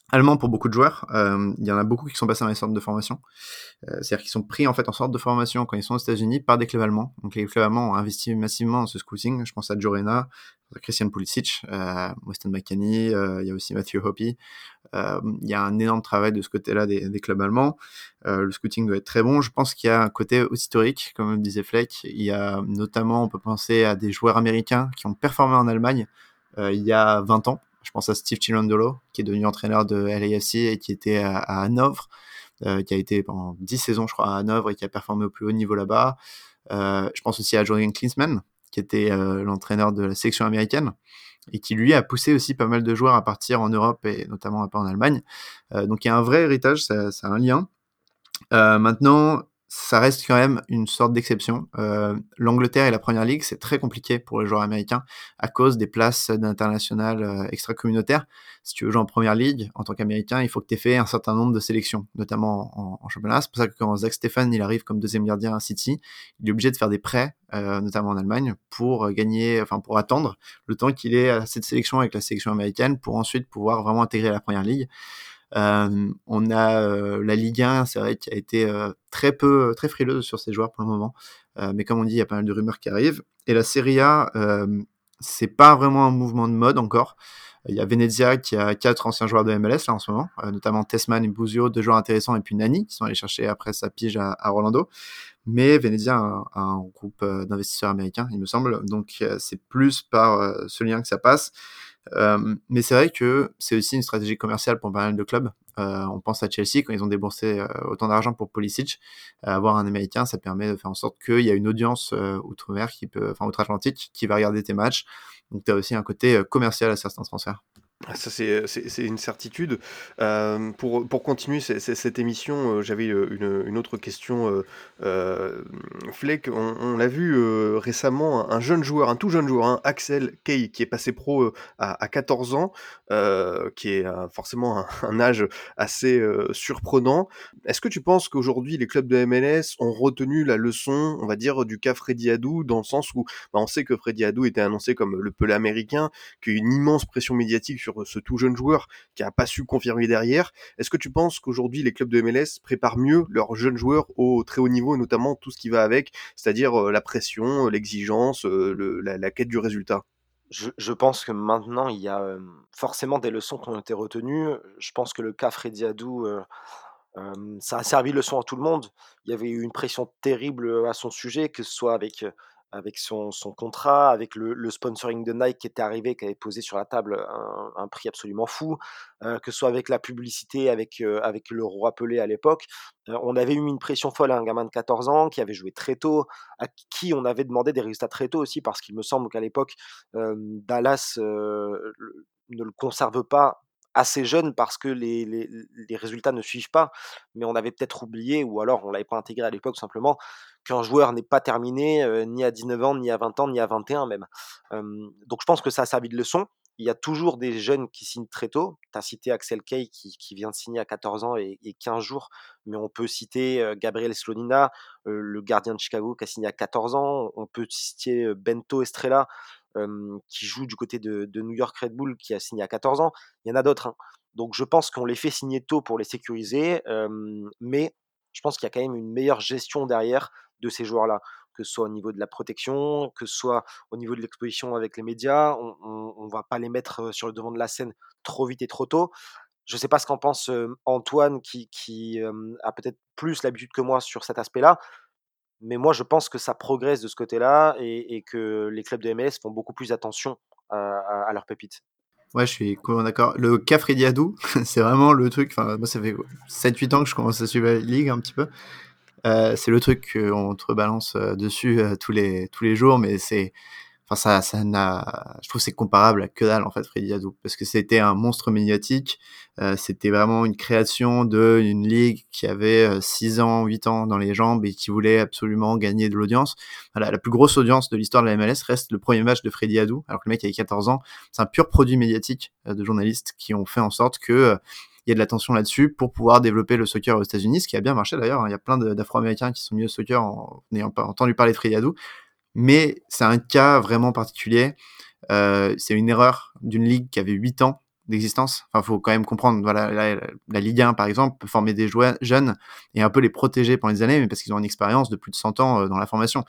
allemand pour beaucoup de joueurs. Il y en a beaucoup qui sont passés dans les centres de formation. C'est-à-dire qu'ils sont pris en fait en centre de formation quand ils sont aux États-Unis par des clubs allemands. Donc les clubs allemands ont investi massivement dans ce scouting. Je pense à Joe Rena, Christian Pulisic, Weston McKennie, il y a aussi Matthew Hoppe. Il y a un énorme travail de ce côté-là des clubs allemands. Le scouting doit être très bon. Je pense qu'il y a un côté aussi historique, comme disait Fleck. Il y a notamment, on peut penser à des joueurs américains qui ont performé en Allemagne il y a 20 ans. Je pense à Steve Cherundolo, qui est devenu entraîneur de LAFC et qui était à Hanovre, qui a été pendant 10 saisons, je crois, à Hanovre et qui a performé au plus haut niveau là-bas. Je pense aussi à Jurgen Klinsmann, qui était l'entraîneur de la sélection américaine et qui lui a poussé aussi pas mal de joueurs à partir en Europe et notamment un peu en Allemagne. Donc il y a un vrai héritage, ça a un lien. Maintenant, ça reste quand même une sorte d'exception. L'Angleterre et la Première Ligue, c'est très compliqué pour les joueurs américains à cause des places d'international extra-communautaires. Si tu veux jouer en Première Ligue, en tant qu'Américain, il faut que tu aies fait un certain nombre de sélections, notamment en championnat. C'est pour ça que quand Zach Steffen il arrive comme deuxième gardien à City, il est obligé de faire des prêts, notamment en Allemagne, pour pour attendre le temps qu'il ait assez de sélections avec la sélection américaine pour ensuite pouvoir vraiment intégrer la Première Ligue. On a la Ligue 1, c'est vrai, qui a été très frileuse sur ces joueurs pour le moment. Mais comme on dit, il y a pas mal de rumeurs qui arrivent. Et la Serie A, c'est pas vraiment un mouvement de mode encore. Il y a Venezia qui a 4 anciens joueurs de MLS là en ce moment, notamment Tessman et Buzio, 2 joueurs intéressants, et puis Nani, qui sont allés chercher après sa pige à Orlando. Mais Venezia a un groupe d'investisseurs américains, il me semble. Donc c'est plus par ce lien que ça passe. Mais c'est vrai que c'est aussi une stratégie commerciale pour pas mal de clubs. On pense à Chelsea quand ils ont déboursé autant d'argent pour Pulisic. Avoir un Américain, ça permet de faire en sorte qu'il y a une audience outre-mer outre-Atlantique qui va regarder tes matchs. Donc tu as aussi un côté commercial à certains transferts. Ça, c'est une certitude. Pour continuer cette émission, j'avais une autre question. Fleck, on l'a vu récemment, un jeune joueur, un tout jeune joueur, hein, Axel Kay, qui est passé pro à 14 ans, qui est forcément un âge assez surprenant. Est-ce que tu penses qu'aujourd'hui, les clubs de MLS ont retenu la leçon, on va dire, du cas Freddy Adu, dans le sens où on sait que Freddy Adu était annoncé comme le Pelé américain, qu'il y a une immense pression médiatique sur ce tout jeune joueur qui a pas su confirmer derrière. Est-ce que tu penses qu'aujourd'hui les clubs de MLS préparent mieux leurs jeunes joueurs au très haut niveau, notamment tout ce qui va avec, c'est-à-dire la pression, l'exigence, la quête du résultat? Je pense que maintenant, il y a forcément des leçons qui ont été retenues. Je pense que le cas Freddy Adu, ça a servi de leçon à tout le monde. Il y avait eu une pression terrible à son sujet, que ce soit avec son contrat, avec le sponsoring de Nike qui était arrivé, qui avait posé sur la table un prix absolument fou, que ce soit avec la publicité, avec le roi Pelé à l'époque. On avait eu une pression folle à un gamin de 14 ans qui avait joué très tôt, à qui on avait demandé des résultats très tôt aussi, parce qu'il me semble qu'à l'époque, Dallas ne le conserve pas assez jeune parce que les résultats ne suivent pas, mais on avait peut-être oublié, ou alors on l'avait pas intégré à l'époque simplement, qu'un joueur n'est pas terminé, ni à 19 ans, ni à 20 ans, ni à 21 même. Donc je pense que ça a servi de leçon. Il y a toujours des jeunes qui signent très tôt. Tu as cité Axel Kay qui vient de signer à 14 ans et 15 jours, mais on peut citer Gabriel Slonina, le gardien de Chicago qui a signé à 14 ans. On peut citer Bento Estrella, qui joue du côté de New York Red Bull, qui a signé à 14 ans. Il y en a d'autres, hein. Donc je pense qu'on les fait signer tôt pour les sécuriser, mais je pense qu'il y a quand même une meilleure gestion derrière de ces joueurs-là, que ce soit au niveau de la protection, que ce soit au niveau de l'exposition avec les médias. On va pas les mettre sur le devant de la scène trop vite et trop tôt. Je sais pas ce qu'en pense Antoine, qui a peut-être plus l'habitude que moi sur cet aspect-là, mais moi je pense que ça progresse de ce côté-là, et que les clubs de MLS font beaucoup plus attention à leurs pépites. Ouais, je suis complètement d'accord. Le cas Freddy Adu, c'est vraiment le truc. Enfin, moi, ça fait 7-8 ans que je commence à suivre la Ligue un petit peu. C'est le truc qu'on te rebalance dessus tous les jours, mais ça n'a, je trouve que c'est comparable à que dalle en fait, Freddy Adu, parce que c'était un monstre médiatique. C'était vraiment une création d'une ligue qui avait 6 ans, 8 ans dans les jambes et qui voulait absolument gagner de l'audience. Voilà, la plus grosse audience de l'histoire de la MLS reste le premier match de Freddy Adu, alors que le mec avait 14 ans. C'est un pur produit médiatique de journalistes qui ont fait en sorte que il y a de l'attention là-dessus pour pouvoir développer le soccer aux États-Unis, ce qui a bien marché d'ailleurs, hein. Il y a plein d'Afro-Américains qui sont mis au soccer en n'ayant pas entendu parler de Freddy Adu, mais c'est un cas vraiment particulier. C'est une erreur d'une ligue qui avait 8 ans d'existence. Enfin, faut quand même comprendre, voilà, la Ligue 1, par exemple, peut former des joueurs jeunes et un peu les protéger pendant des années, mais parce qu'ils ont une expérience de plus de 100 ans dans la formation.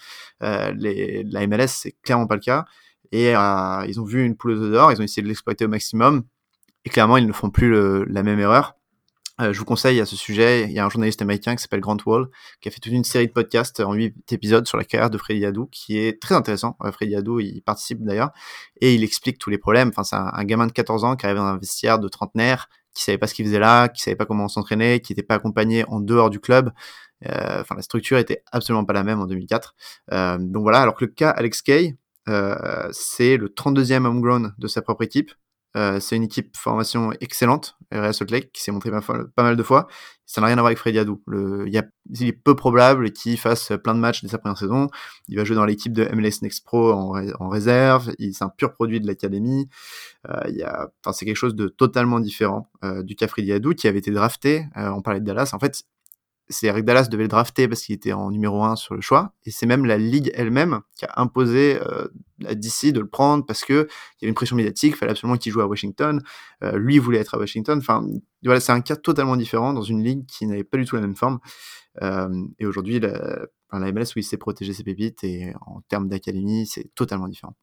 La MLS, c'est clairement pas le cas. Et ils ont vu une poule aux œufs d'or, ils ont essayé de l'exploiter au maximum. Et clairement, ils ne font plus la même erreur. Je vous conseille à ce sujet, il y a un journaliste américain qui s'appelle Grant Wall, qui a fait toute une série de podcasts en 8 épisodes sur la carrière de Freddie Adu, qui est très intéressant. Freddie Adu, il participe d'ailleurs, et il explique tous les problèmes. Enfin, c'est un gamin de 14 ans qui arrive dans un vestiaire de trentenaire, qui savait pas ce qu'il faisait là, qui savait pas comment s'entraîner, qui n'était pas accompagné en dehors du club. Enfin, la structure était absolument pas la même en 2004. Donc voilà, alors que le cas Alex Kay, c'est le 32e homegrown de sa propre équipe. C'est une équipe formation excellente, Real Salt Lake, qui s'est montré pas mal de fois. Ça n'a rien à voir avec Freddie Adu. Il est peu probable qu'il fasse plein de matchs dès sa première saison. Il va jouer dans l'équipe de MLS Next Pro en réserve. C'est un pur produit de l'académie. C'est quelque chose de totalement différent du cas Freddie Adu, qui avait été drafté. On parlait de Dallas. En fait, c'est Eric Dallas devait le drafter parce qu'il était en numéro 1 sur le choix, et c'est même la ligue elle-même qui a imposé à DC de le prendre parce que il y avait une pression médiatique, il fallait absolument qu'il joue à Washington, lui voulait être à Washington, enfin voilà, c'est un cas totalement différent dans une ligue qui n'avait pas du tout la même forme, et aujourd'hui la MLS, oui, sait protéger ses pépites, et en termes d'académie, c'est totalement différent.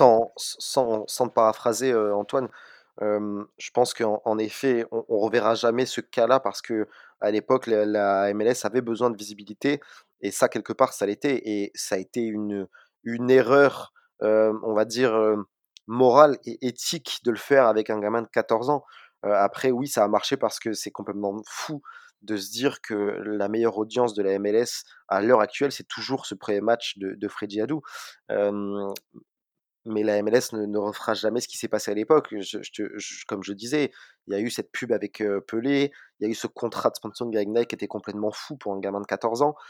Sans te paraphraser, Antoine, je pense qu'en effet, on reverra jamais ce cas-là parce que à l'époque, la MLS avait besoin de visibilité et ça, quelque part, ça l'était et ça a été une erreur, on va dire, morale et éthique de le faire avec un gamin de 14 ans. Après oui, ça a marché parce que c'est complètement fou de se dire que la meilleure audience de la MLS à l'heure actuelle, c'est toujours ce pré-match de Freddie Adu. Hem Mais la MLS ne refera jamais ce qui s'est passé à l'époque. Comme je disais, il y a eu cette pub avec, Pelé, il y a eu ce contrat de sponsoring avec Nike qui était complètement fou pour un gamin de 14 ans.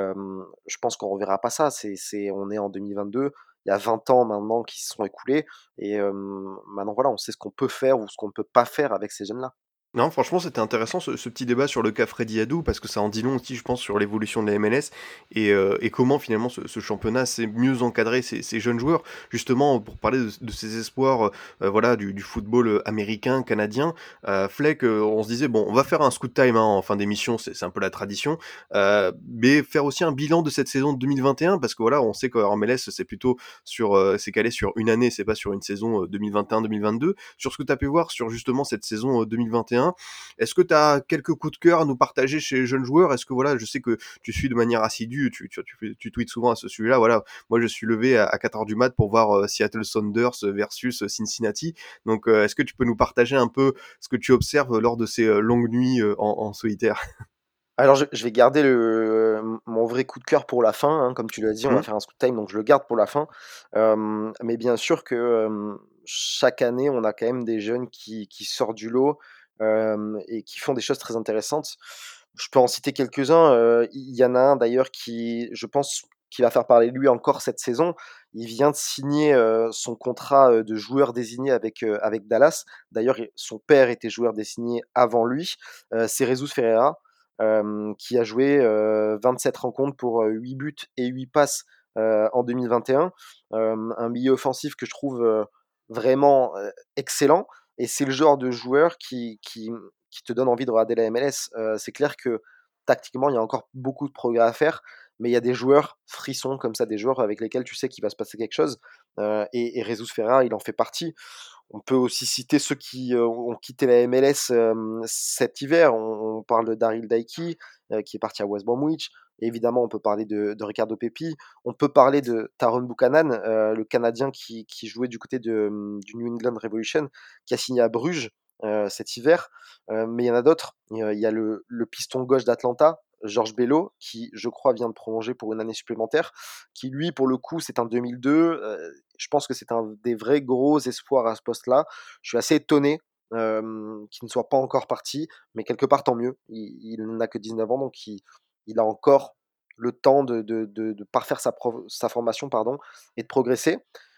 Je pense qu'on reverra pas ça. On est en 2022, il y a 20 ans maintenant qui se sont écoulés et maintenant voilà, on sait ce qu'on peut faire ou ce qu'on ne peut pas faire avec ces jeunes-là. Non, franchement, c'était intéressant ce petit débat sur le cas Freddy Adu, parce que ça en dit long aussi, je pense, sur l'évolution de la MLS et comment finalement ce championnat s'est mieux encadré ces jeunes joueurs, justement pour parler de ces espoirs voilà, du football américain, canadien. Fleck, on se disait, bon, on va faire un scoot time en fin d'émission, c'est un peu la tradition, mais faire aussi un bilan de cette saison de 2021, parce que voilà, on sait qu'en MLS, c'est plutôt c'est calé sur une année, c'est pas sur une saison 2021-2022. Sur ce que tu as pu voir sur justement cette saison 2021, est-ce que tu as quelques coups de cœur à nous partager chez les jeunes joueurs? Est-ce que voilà, je sais que tu suis de manière assidue, tu tweets souvent à ce sujet-là. Voilà, moi je suis levé à 4h du mat pour voir Seattle Sounders versus Cincinnati. Donc est-ce que tu peux nous partager un peu ce que tu observes lors de ces longues nuits en solitaire? Alors je vais garder mon vrai coup de cœur pour la fin, hein, comme tu l'as dit, on va Mmh. faire un scoot time, donc je le garde pour la fin. Mais bien sûr que, chaque année, on a quand même des jeunes qui sortent du lot, et qui font des choses très intéressantes. Je peux en citer quelques-uns, il y en a un d'ailleurs qui, je pense, qui va faire parler de lui encore cette saison. Il vient de signer, son contrat, de joueur désigné avec Dallas. D'ailleurs, son père était joueur désigné avant lui. C'est Jesus Ferreira, qui a joué 27 rencontres pour 8 buts et 8 passes en 2021. Un milieu offensif que je trouve vraiment excellent. Et c'est le genre de joueur qui te donne envie de regarder la MLS. C'est clair que tactiquement, il y a encore beaucoup de progrès à faire, mais il y a des joueurs frissons comme ça, des joueurs avec lesquels tu sais qu'il va se passer quelque chose. Et Jesus Ferreira, il en fait partie. On peut aussi citer ceux qui ont quitté la MLS cet hiver. On parle de Daryl Daiki, qui est parti à West Bromwich. Évidemment, on peut parler de Ricardo Pepi. On peut parler de Taron Buchanan, le Canadien qui jouait du côté du New England Revolution, qui a signé à Bruges cet hiver. Mais il y en a d'autres. Il y a le piston gauche d'Atlanta, Georges Bello, qui, je crois, vient de prolonger pour une année supplémentaire, qui, lui, pour le coup, c'est un 2002. Je pense que c'est un des vrais gros espoirs à ce poste-là. Je suis assez étonné qu'il ne soit pas encore parti, mais quelque part, tant mieux. Il n'a que 19 ans, donc il a encore le temps de parfaire sa formation, pardon, et de progresser.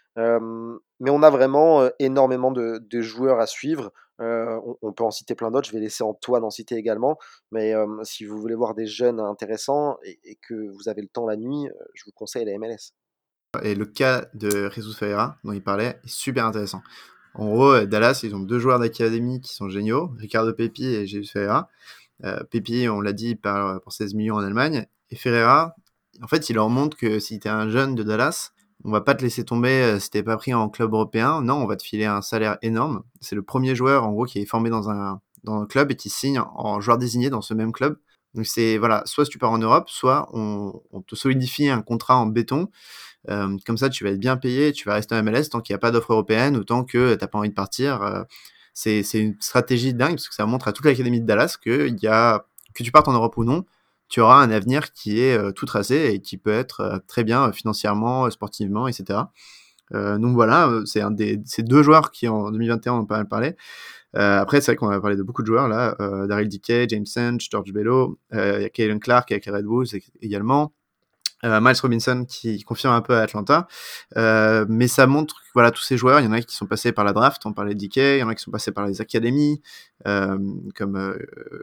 Mais on a vraiment énormément de joueurs à suivre. On peut en citer plein d'autres. Je vais laisser Antoine en citer également. Mais si vous voulez voir des jeunes intéressants et que vous avez le temps la nuit, je vous conseille la MLS. Et le cas de Jesus Ferreira, dont il parlait, est super intéressant. En gros, Dallas, ils ont 2 joueurs d'académie qui sont géniaux, Ricardo Pepi et Jesus Ferreira. Pepi, on l'a dit, il part pour 16 millions en Allemagne. Et Ferreira, en fait, il leur montre que si tu es un jeune de Dallas, on va pas te laisser tomber si t'es pas pris en club européen. Non, on va te filer un salaire énorme. C'est le premier joueur, en gros, qui est formé dans un club et qui signe en joueur désigné dans ce même club. Donc c'est, voilà, soit tu pars en Europe, soit on te solidifie un contrat en béton. Comme ça, tu vas être bien payé, tu vas rester en MLS tant qu'il n'y a pas d'offre européenne ou tant que t'as pas envie de partir. C'est une stratégie dingue parce que ça montre à toute l'académie de Dallas que tu partes en Europe ou non, tu auras un avenir qui est tout tracé et qui peut être très bien financièrement, sportivement, etc. Donc voilà, c'est ces 2 joueurs qui en 2021 ont pas mal parlé. Après, c'est vrai qu'on a parlé de beaucoup de joueurs là, Daryl Dike, James Sanch, George Bello, il y a Caden Clark avec les Red Bulls également. Miles Robinson qui confirme un peu à Atlanta, mais ça montre que voilà, tous ces joueurs, il y en a qui sont passés par la draft, on parlait de DK, il y en a qui sont passés par les académies, comme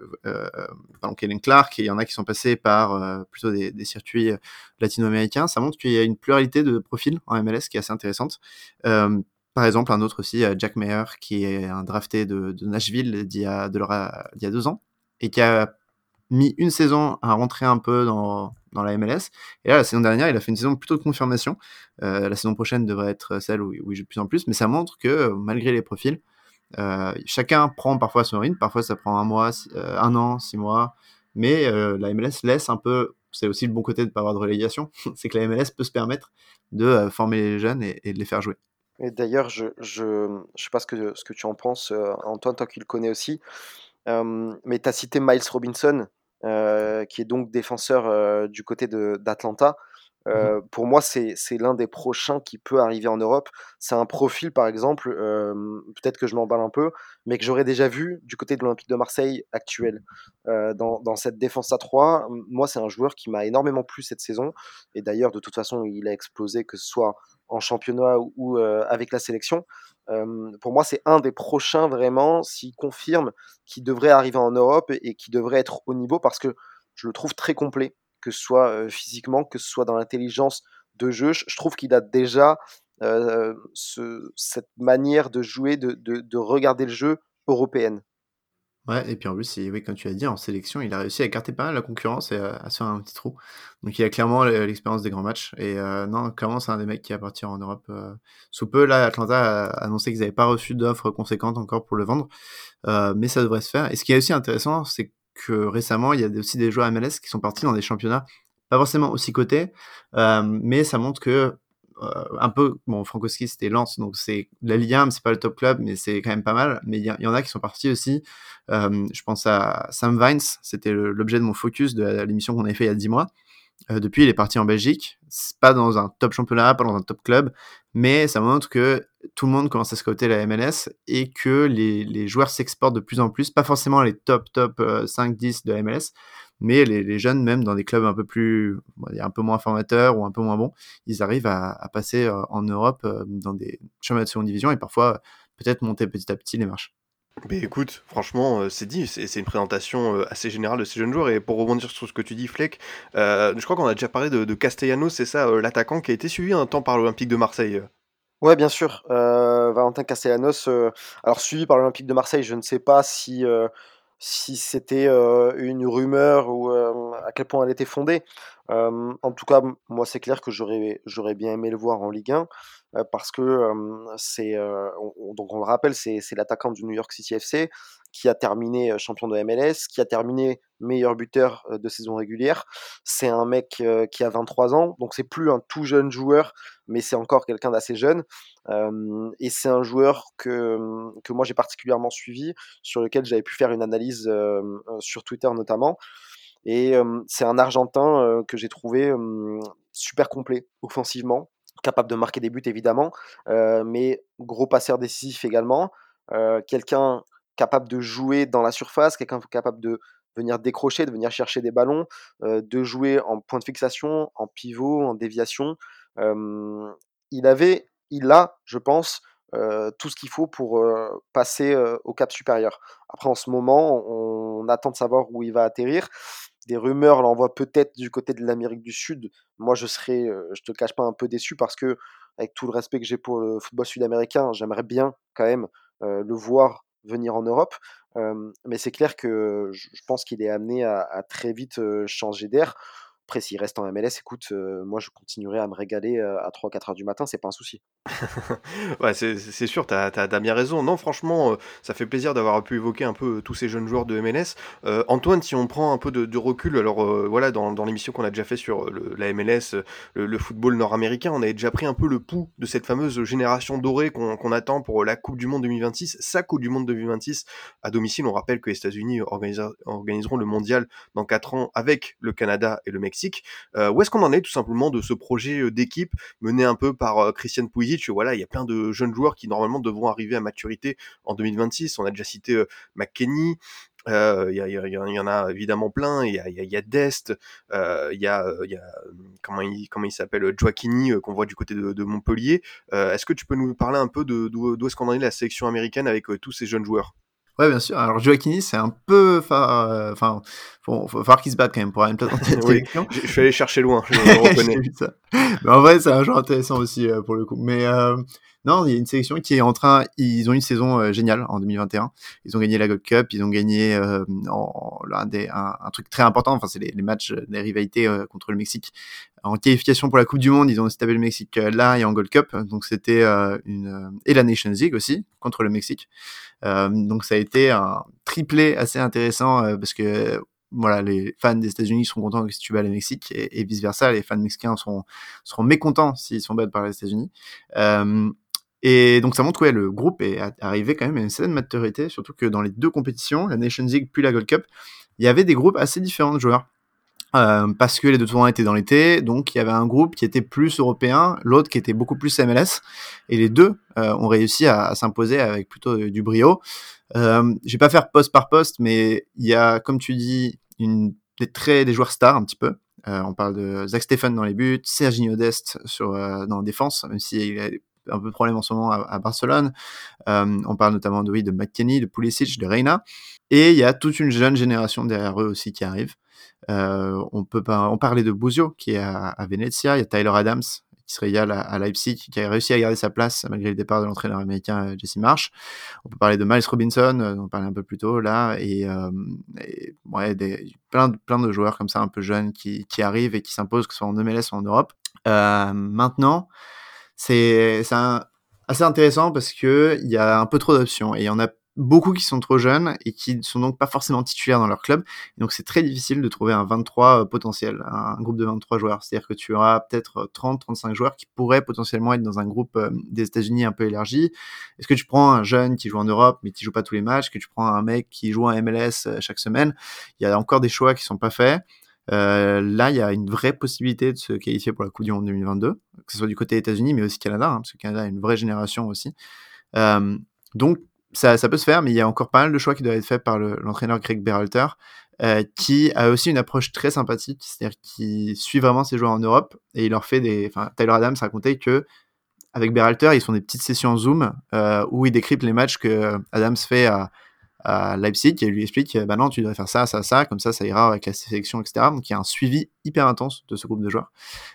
Caden Clark, et il y en a qui sont passés par plutôt des circuits latino-américains. Ça montre qu'il y a une pluralité de profils en MLS qui est assez intéressante. Par exemple, un autre aussi, Jack Mayer, qui est un drafté de Nashville d'il y a 2 ans, et qui a mis une saison à rentrer un peu dans la MLS. Et là, la saison dernière, il a fait une saison plutôt de confirmation. La saison prochaine devrait être celle où il joue de plus en plus, mais ça montre que malgré les profils, chacun prend parfois son rythme, parfois ça prend 1 mois, 1 an, 6 mois, mais la MLS laisse un peu, c'est aussi le bon côté de ne pas avoir de relégation, c'est que la MLS peut se permettre de former les jeunes et de les faire jouer. Et d'ailleurs, je sais pas ce que tu en penses, Antoine, toi qui le connais aussi, mais tu as cité Miles Robinson, qui est donc défenseur du côté d'Atlanta. Mhm. Pour moi, c'est l'un des prochains qui peut arriver en Europe. C'est un profil, par exemple, peut-être que je m'emballe un peu, mais que j'aurais déjà vu du côté de l'Olympique de Marseille actuel. Dans cette défense à 3, moi, c'est un joueur qui m'a énormément plu cette saison. Et d'ailleurs, de toute façon, il a explosé, que ce soit en championnat ou avec la sélection. Pour moi, c'est un des prochains vraiment, s'il confirme, qui devrait arriver en Europe et qui devrait être au niveau parce que je le trouve très complet, que ce soit physiquement, que ce soit dans l'intelligence de jeu. Je trouve qu'il a déjà cette manière de jouer, de regarder le jeu européenne. Ouais, et puis en plus, oui, comme tu l'as dit, en sélection, il a réussi à écarter pas mal la concurrence et à se faire un petit trou. Donc il a clairement l'expérience des grands matchs. Et non, clairement, c'est un des mecs qui va partir en Europe sous peu. Là, Atlanta a annoncé qu'ils n'avaient pas reçu d'offres conséquentes encore pour le vendre, mais ça devrait se faire. Et ce qui est aussi intéressant, c'est que récemment, il y a aussi des joueurs MLS qui sont partis dans des championnats pas forcément aussi cotés, mais ça montre que un peu, bon, Frankowski c'était Lens, donc c'est la Ligue 1, mais c'est pas le top club, mais c'est quand même pas mal. Mais il y en a qui sont partis aussi. Je pense à Sam Vines, c'était l'objet de mon focus de l'émission qu'on avait fait il y a 10 mois. Depuis, il est parti en Belgique. C'est pas dans un top championnat, pas dans un top club, mais ça montre que tout le monde commence à scouter la MLS et que les joueurs s'exportent de plus en plus, pas forcément les top 5-10 de la MLS, mais les jeunes, même dans des clubs un peu plus, on va dire un peu moins formateurs ou un peu moins bons, ils arrivent à passer en Europe dans des championnats de seconde division et parfois peut-être monter petit à petit les marches. Mais écoute, franchement, c'est dit, c'est une présentation assez générale de ces jeunes joueurs. Et pour rebondir sur ce que tu dis, Fleck, je crois qu'on a déjà parlé de Castellanos, c'est ça, l'attaquant qui a été suivi un temps par l'Olympique de Marseille. Ouais, bien sûr. Valentin Castellanos, alors suivi par l'Olympique de Marseille, je ne sais pas si c'était une rumeur ou à quel point elle était fondée. En tout cas, moi, c'est clair que j'aurais bien aimé le voir en Ligue 1 parce que donc on le rappelle, c'est l'attaquant du New York City FC qui a terminé champion de MLS, qui a terminé meilleur buteur de saison régulière. C'est un mec qui a 23 ans, donc c'est plus un tout jeune joueur, mais c'est encore quelqu'un d'assez jeune. Et c'est un joueur que moi j'ai particulièrement suivi, sur lequel j'avais pu faire une analyse sur Twitter notamment. Et c'est un Argentin que j'ai trouvé super complet offensivement, capable de marquer des buts évidemment, mais gros passeur décisif également. Quelqu'un capable de jouer dans la surface, quelqu'un capable de venir décrocher, de venir chercher des ballons, de jouer en point de fixation, en pivot, en déviation. Il a, je pense, tout ce qu'il faut pour passer au cap supérieur. Après, en ce moment, on attend de savoir où il va atterrir. Des rumeurs l'envoient peut-être du côté de l'Amérique du Sud. Moi, je te le cache pas, un peu déçu parce que avec tout le respect que j'ai pour le football sud-américain, j'aimerais bien quand même le voir venir en Europe. Mais c'est clair que je pense qu'il est amené à très vite changer d'air. Après, s'il reste en MLS, écoute, moi je continuerai à me régaler à 3-4 heures du matin, c'est pas un souci. Ouais, c'est sûr, t'as bien raison. Non, franchement, ça fait plaisir d'avoir pu évoquer un peu tous ces jeunes joueurs de MLS. Antoine, si on prend un peu de recul, alors voilà, dans l'émission qu'on a déjà fait sur la MLS, le football nord-américain, on avait déjà pris un peu le pouls de cette fameuse génération dorée qu'on attend pour la Coupe du Monde 2026, sa Coupe du Monde 2026 à domicile. On rappelle que les États-Unis organiseront le mondial dans 4 ans avec le Canada et le Mexique. Où est-ce qu'on en est tout simplement de ce projet d'équipe mené un peu par Christian Pulisic? Voilà, il y a plein de jeunes joueurs qui normalement devront arriver à maturité en 2026. On a déjà cité McKennie. Il y en a évidemment plein. Il y a Dest. Il y a comment il s'appelle, Joaquini, qu'on voit du côté de Montpellier. Est-ce que tu peux nous parler un peu d'où est-ce qu'on en est la sélection américaine avec tous ces jeunes joueurs? Ouais, bien sûr. Alors, Joaquini, c'est un peu. Enfin, faut falloir qu'il se batte quand même pour avoir une place dans cette Oui, sélection. je suis allé chercher loin, je le reconnais. J'ai vu ça. Mais en vrai, c'est un joueur intéressant aussi pour le coup. Mais non, il y a une sélection qui est en train. Ils ont une saison géniale en 2021. Ils ont gagné la Gold Cup. Ils ont gagné un truc très important. Enfin, c'est les matchs, les rivalités contre le Mexique. En qualification pour la Coupe du Monde, ils ont aussi tapé le Mexique là et en Gold Cup. Donc c'était et la Nations League aussi contre le Mexique. Donc ça a été un triplé assez intéressant parce que voilà, les fans des États-Unis seront contents si tu bats le Mexique et vice versa, les fans mexicains seront mécontents s'ils sont battus par les États-Unis. Et donc ça montre que le groupe est arrivé quand même à une certaine maturité, surtout que dans les deux compétitions, la Nations League puis la Gold Cup, il y avait des groupes assez différents de joueurs. Parce que les deux tournois étaient dans l'été, donc il y avait un groupe qui était plus européen, l'autre qui était beaucoup plus MLS, et les deux ont réussi à s'imposer avec plutôt du brio. Je vais pas faire poste par poste, mais il y a, comme tu dis, des joueurs stars un petit peu. On parle de Zach Steffen dans les buts, Serginho Dest dans la défense, même s'il a un peu de problème en ce moment à Barcelone. On parle notamment de McKennie, de Pulisic, de Reina. Et il y a toute une jeune génération derrière eux aussi qui arrive. On parlait de Buzio qui est à Venezia. Il y a Tyler Adams qui se régale à Leipzig, qui a réussi à garder sa place malgré le départ de l'entraîneur américain Jesse Marsch. On peut parler de Miles Robinson, dont on parlait un peu plus tôt là, et ouais, plein de joueurs comme ça un peu jeunes qui arrivent et qui s'imposent, que ce soit en MLS ou en Europe. Maintenant, c'est assez intéressant parce que il y a un peu trop d'options et il y en a beaucoup qui sont trop jeunes et qui sont donc pas forcément titulaires dans leur club. Et donc c'est très difficile de trouver un 23 potentiel, un groupe de 23 joueurs. C'est-à-dire que tu auras peut-être 30-35 joueurs qui pourraient potentiellement être dans un groupe des États-Unis un peu élargi. Est-ce que tu prends un jeune qui joue en Europe mais qui joue pas tous les matchs? Est-ce que tu prends un mec qui joue en MLS chaque semaine? Il y a encore des choix qui sont pas faits. Là, il y a une vraie possibilité de se qualifier pour la Coupe du Monde 2022, que ce soit du côté États-Unis, mais aussi Canada, parce que Canada a une vraie génération aussi. Donc, ça peut se faire, mais il y a encore pas mal de choix qui doivent être faits par l'entraîneur Greg Berhalter, qui a aussi une approche très sympathique, c'est-à-dire qu'il suit vraiment ses joueurs en Europe, et il leur fait Tyler Adams racontait que avec Berhalter, ils font des petites sessions Zoom où il décrypte les matchs que Adams fait à Leipzig et lui explique bah non, tu devrais faire ça, ça, ça, comme ça ira avec la sélection, etc. Donc il y a un suivi hyper intense de ce groupe de joueurs.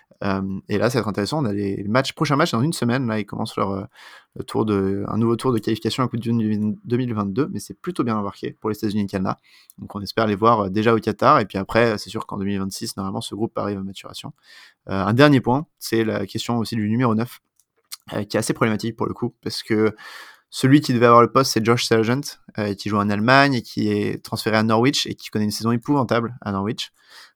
Et là, ça va être intéressant. On a les prochains matchs dans une semaine. Là, ils commencent un nouveau tour de qualification à Coupe du Monde 2022, mais c'est plutôt bien embarqué pour les États-Unis et le Canada. Donc, on espère les voir déjà au Qatar. Et puis après, c'est sûr qu'en 2026, normalement, ce groupe arrive à maturation. Un dernier point, c'est la question aussi du numéro 9, qui est assez problématique pour le coup, parce que celui qui devait avoir le poste, c'est Josh Sargent, qui joue en Allemagne et qui est transféré à Norwich et qui connaît une saison épouvantable à Norwich.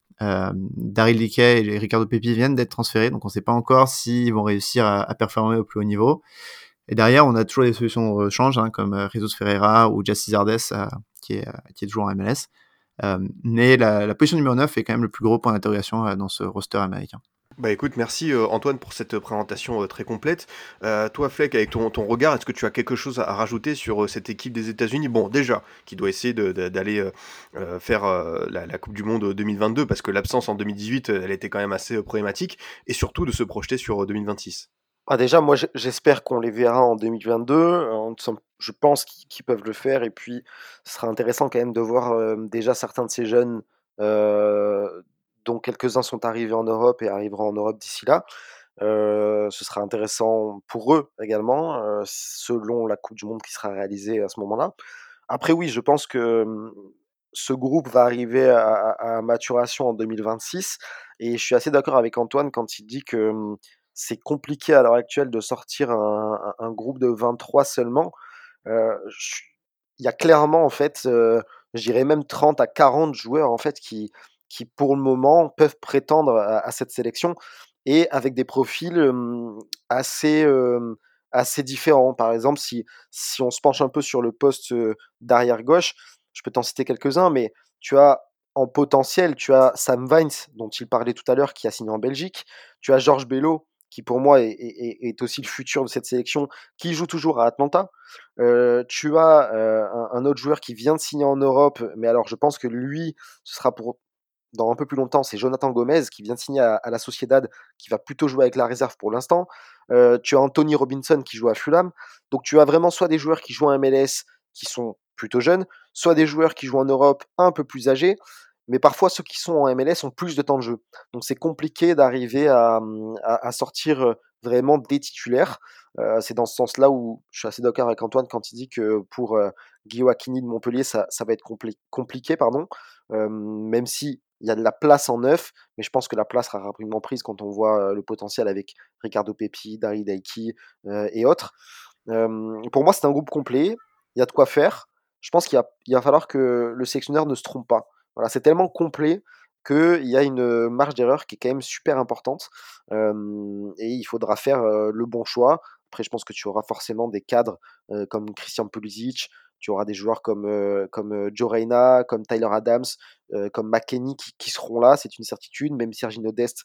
Daryl Dikey et Ricardo Pepi viennent d'être transférés, donc on ne sait pas encore s'ils vont réussir à performer au plus haut niveau. Et derrière, on a toujours des solutions de rechange, comme Jesus Ferreira ou Jesse Zardes, qui est toujours en MLS. Mais la position numéro 9 est quand même le plus gros point d'interrogation dans ce roster américain. Bah écoute, merci Antoine pour cette présentation très complète. Toi Fleck, avec ton regard, est-ce que tu as quelque chose à rajouter sur cette équipe des États-Unis? Bon, déjà, qui doit essayer d'aller faire la Coupe du Monde 2022, parce que l'absence en 2018, elle était quand même assez problématique, et surtout de se projeter sur 2026. Ah, déjà, moi j'espère qu'on les verra en 2022. Je pense qu'ils peuvent le faire. Et puis, ce sera intéressant quand même de voir déjà certains de ces jeunes, dont quelques-uns sont arrivés en Europe et arriveront en Europe d'ici là. Ce sera intéressant pour eux également, selon la coupe du monde qui sera réalisée à ce moment-là. Après oui, je pense que, ce groupe va arriver à maturation en 2026 et je suis assez d'accord avec Antoine quand il dit que, c'est compliqué à l'heure actuelle de sortir un groupe de 23 seulement. Je Il y a clairement en fait, je dirais même 30 à 40 joueurs en fait qui pour le moment peuvent prétendre à cette sélection et avec des profils, assez, assez différents. Par exemple, si on se penche un peu sur le poste, d'arrière gauche, je peux t'en citer quelques-uns, mais tu as en potentiel, tu as Sam Vines dont il parlait tout à l'heure qui a signé en Belgique. Tu as Georges Bello qui pour moi est aussi le futur de cette sélection, qui joue toujours à Atlanta. Tu as, un autre joueur qui vient de signer en Europe, mais alors je pense que lui, ce sera pour dans un peu plus longtemps, c'est Jonathan Gomez qui vient de signer à la Sociedad, qui va plutôt jouer avec la réserve pour l'instant. Tu as Anthony Robinson qui joue à Fulham. Donc tu as vraiment soit des joueurs qui jouent en MLS qui sont plutôt jeunes, soit des joueurs qui jouent en Europe un peu plus âgés, mais parfois ceux qui sont en MLS ont plus de temps de jeu. Donc c'est compliqué d'arriver à sortir vraiment des titulaires. C'est dans ce sens-là où je suis assez d'accord avec Antoine quand il dit que pour Guillaume Aquini de Montpellier, ça va être compliqué, pardon. Même si il y a de la place en neuf, mais je pense que la place sera rapidement prise quand on voit le potentiel avec Ricardo Pepi, Dari Daiki et autres. Pour moi, c'est un groupe complet. Il y a de quoi faire. Je pense il va falloir que le sélectionneur ne se trompe pas. Voilà, c'est tellement complet qu'il y a une marge d'erreur qui est quand même super importante. Et il faudra faire le bon choix. Après, je pense que tu auras forcément des cadres comme Christian Pulisic, tu auras des joueurs comme Joe Reyna, comme Tyler Adams, comme McKennie qui seront là, c'est une certitude. Même Serginho Dest,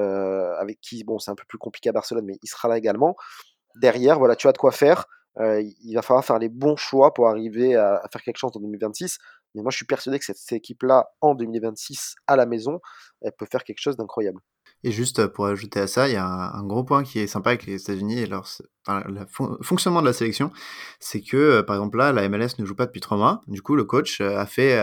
avec qui, bon, c'est un peu plus compliqué à Barcelone, mais il sera là également. Derrière, voilà, tu as de quoi faire. Il va falloir faire les bons choix pour arriver à faire quelque chose en 2026. Mais moi, je suis persuadé que cette équipe-là, en 2026, à la maison, elle peut faire quelque chose d'incroyable. Et juste pour ajouter à ça, il y a un gros point qui est sympa avec les États-Unis et enfin, le fonctionnement de la sélection, c'est que par exemple là, la MLS ne joue pas depuis 3 mois. Du coup, le coach a fait,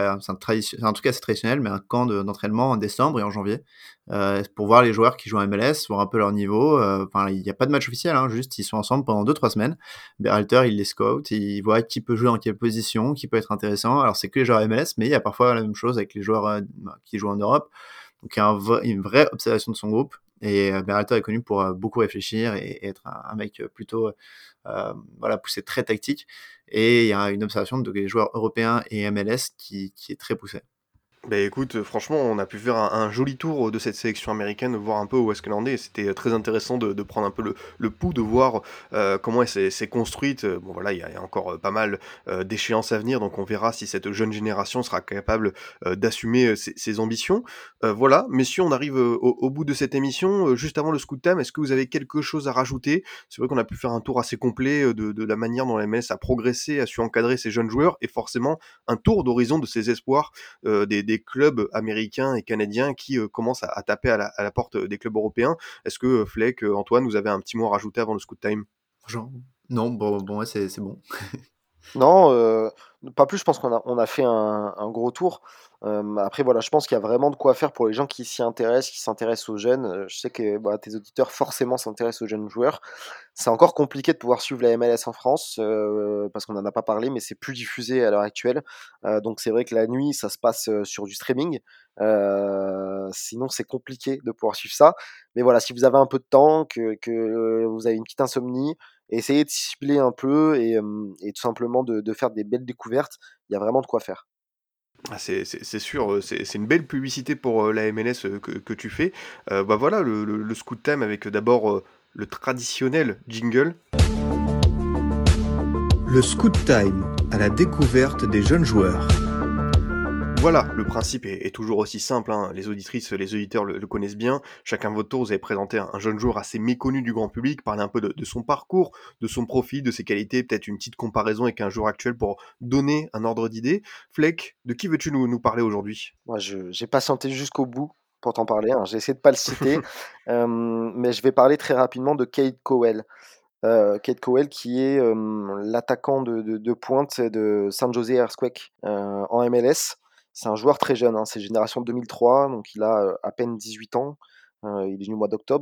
en tout cas c'est traditionnel, mais un camp d'entraînement en décembre et en janvier pour voir les joueurs qui jouent en MLS, voir un peu leur niveau. Enfin, il n'y a pas de match officiel, hein, juste ils sont ensemble pendant 2-3 semaines. Berhalter, il les scout, il voit qui peut jouer en quelle position, qui peut être intéressant. Alors c'est que les joueurs MLS, mais il y a parfois la même chose avec les joueurs qui jouent en Europe. Donc il y a une vraie observation de son groupe. Et Berhalter est connu pour beaucoup réfléchir et être un mec plutôt voilà, poussé très tactique. Et il y a une observation des joueurs européens et MLS qui est très poussée. Bah écoute, franchement, on a pu faire un joli tour de cette sélection américaine, voir un peu où est-ce qu'elle en est. C'était très intéressant de prendre un peu le pouls, de voir comment elle s'est construite. Bon voilà, il y a encore pas mal d'échéances à venir, donc on verra si cette jeune génération sera capable d'assumer ses ambitions. Voilà, messieurs, on arrive au bout de cette émission. Juste avant le Scoot Time, est-ce que vous avez quelque chose à rajouter? C'est vrai qu'on a pu faire un tour assez complet de la manière dont la MLS a progressé, a su encadrer ses jeunes joueurs, et forcément un tour d'horizon de ses espoirs, des clubs américains et canadiens qui commencent à taper à la porte des clubs européens. Est-ce que Fleck, Antoine, vous avez un petit mot à rajouter avant le Scoot Time? Genre, non, bon ouais, c'est bon. Non, pas plus, je pense on a fait un gros tour. Après voilà, je pense qu'il y a vraiment de quoi faire pour les gens qui s'y intéressent, qui s'intéressent aux jeunes. Je sais que, bah, tes auditeurs forcément s'intéressent aux jeunes joueurs. C'est encore compliqué de pouvoir suivre la MLS en France, parce qu'on en a pas parlé, mais c'est plus diffusé à l'heure actuelle. Donc c'est vrai que la nuit, ça se passe, sur du streaming. Sinon c'est compliqué de pouvoir suivre ça. Mais voilà, si vous avez un peu de temps, que vous avez une petite insomnie, essayez de cibler un peu et tout simplement de faire des belles découvertes. Il y a vraiment de quoi faire. Ah, c'est sûr, c'est une belle publicité pour la MLS que tu fais. Bah voilà, le Scoot Time avec d'abord le traditionnel jingle. Le Scoot Time, à la découverte des jeunes joueurs. Voilà, le principe est toujours aussi simple, hein. Les auditrices, les auditeurs le connaissent bien. Chacun votre tour, vous avez présenté un jeune joueur assez méconnu du grand public, parler un peu de son parcours, de son profil, de ses qualités, peut-être une petite comparaison avec un joueur actuel pour donner un ordre d'idée. Fleck, de qui veux-tu nous parler aujourd'hui? Moi, j'ai patienté jusqu'au bout pour t'en parler, hein. J'ai essayé de pas le citer, mais je vais parler très rapidement de Cade Cowell. Cade Cowell qui est l'attaquant de pointe de San Jose Earthquake en MLS. C'est un joueur très jeune, hein, c'est génération 2003, donc il a à peine 18 ans. Il est venu au mois d'octobre.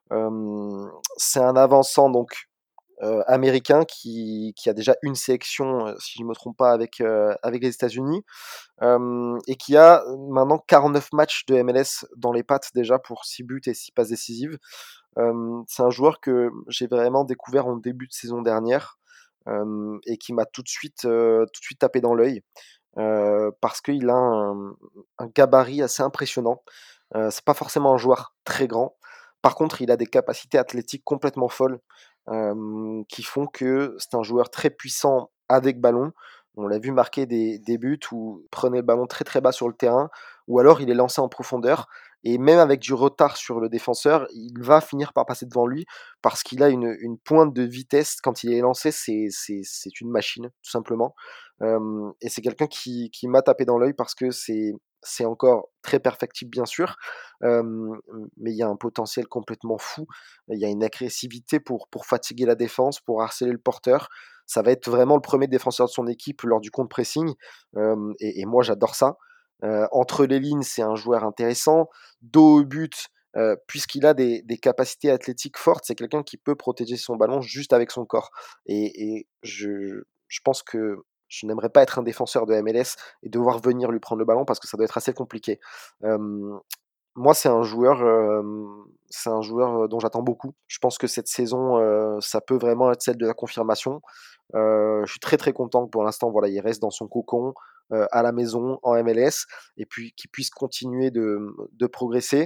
C'est un avançant donc américain qui a déjà une sélection, si je ne me trompe pas, avec les États-Unis, et qui a maintenant 49 matchs de MLS dans les pattes déjà pour 6 buts et 6 passes décisives. C'est un joueur que j'ai vraiment découvert en début de saison dernière, et qui m'a tout de suite tapé dans l'œil, parce qu'il a un gabarit assez impressionnant. C'est pas forcément un joueur très grand. Par contre, il a des capacités athlétiques complètement folles, qui font que c'est un joueur très puissant avec ballon. On l'a vu marquer des buts où il prenait le ballon très très bas sur le terrain, ou alors il est lancé en profondeur, et même avec du retard sur le défenseur, il va finir par passer devant lui, parce qu'il a une pointe de vitesse. Quand il est lancé, c'est une machine, tout simplement. Et c'est quelqu'un qui m'a tapé dans l'œil parce que c'est encore très perfectible, bien sûr, mais il y a un potentiel complètement fou. Il y a une agressivité pour fatiguer la défense, pour harceler le porteur. Ça va être vraiment le premier défenseur de son équipe lors du contre-pressing, et moi j'adore ça. Entre les lignes, c'est un joueur intéressant. Dos au but, puisqu'il a des capacités athlétiques fortes, c'est quelqu'un qui peut protéger son ballon juste avec son corps. Et je pense que je n'aimerais pas être un défenseur de MLS et devoir venir lui prendre le ballon, parce que ça doit être assez compliqué. Moi, c'est un joueur dont j'attends beaucoup. Je pense que cette saison, ça peut vraiment être celle de la confirmation. Je suis très très content que pour l'instant, voilà, il reste dans son cocon, à la maison, en MLS, et puis qu'il puisse continuer de progresser.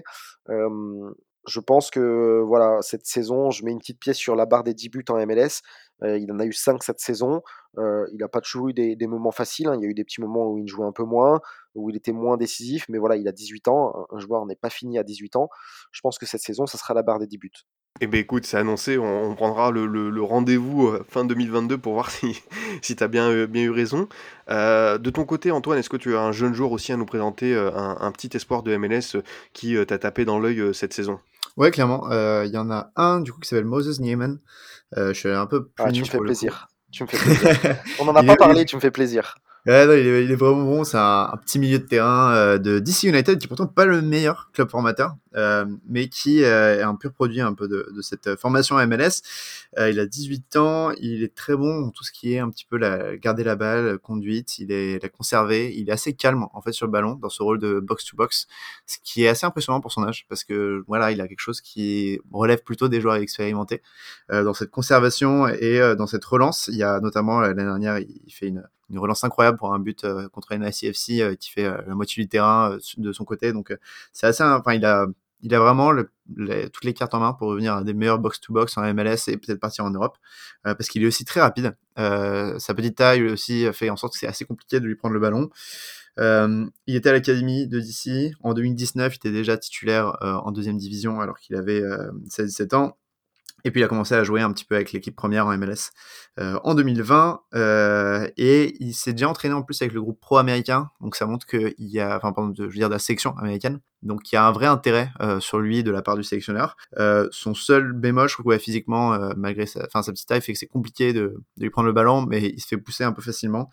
Je pense que voilà, cette saison, je mets une petite pièce sur la barre des 10 buts en MLS. Il en a eu 5 cette saison. Il n'a pas toujours eu des moments faciles, hein. Il y a eu des petits moments où il jouait un peu moins, où il était moins décisif, mais voilà, il a 18 ans. Un joueur n'est pas fini à 18 ans. Je pense que cette saison, ça sera la barre des 10 buts. Eh ben écoute, c'est annoncé, on prendra le rendez-vous fin 2022 pour voir si tu as bien eu raison. De ton côté, Antoine, est-ce que tu as un jeune joueur aussi à nous présenter, un petit espoir de MLS qui t'a tapé dans l'œil cette saison? Ouais, clairement. Il y en a un du coup qui s'appelle Moses Niemann. Je suis allé un peu plus Ah, tu me niche fais pour le coup. plaisir. Tu me fais plaisir. On n'en a Il pas est- parlé, tu me fais plaisir. Ouais, non, il est vraiment bon. C'est un petit milieu de terrain de DC United, qui est pourtant pas le meilleur club formateur, mais qui est un pur produit un peu de cette formation MLS. Il a 18 ans, il est très bon en tout ce qui est un petit peu garder la balle, conduite, la conserver. Il est assez calme en fait sur le ballon dans ce rôle de box-to-box, ce qui est assez impressionnant pour son âge, parce que voilà, il a quelque chose qui relève plutôt des joueurs expérimentés dans cette conservation et dans cette relance. Il y a notamment l'année dernière, il fait une relance incroyable pour un but contre NYCFC qui fait la moitié du terrain de son côté. Donc c'est assez, enfin il a vraiment toutes les cartes en main pour devenir un des meilleurs box-to-box en MLS et peut-être partir en Europe, parce qu'il est aussi très rapide. Sa petite taille aussi fait en sorte que c'est assez compliqué de lui prendre le ballon. Il était à l'académie de DC. En 2019, il était déjà titulaire en deuxième division alors qu'il avait 16-17 ans. Et puis il a commencé à jouer un petit peu avec l'équipe première en MLS en 2020, et il s'est déjà entraîné en plus avec le groupe pro américain, donc ça montre qu'il y a, enfin pardon, je veux dire de la sélection américaine, donc il y a un vrai intérêt sur lui de la part du sélectionneur. Son seul bémol, je trouve, ouais, physiquement, malgré sa petite taille, fait que c'est compliqué de lui prendre le ballon, mais il se fait pousser un peu facilement.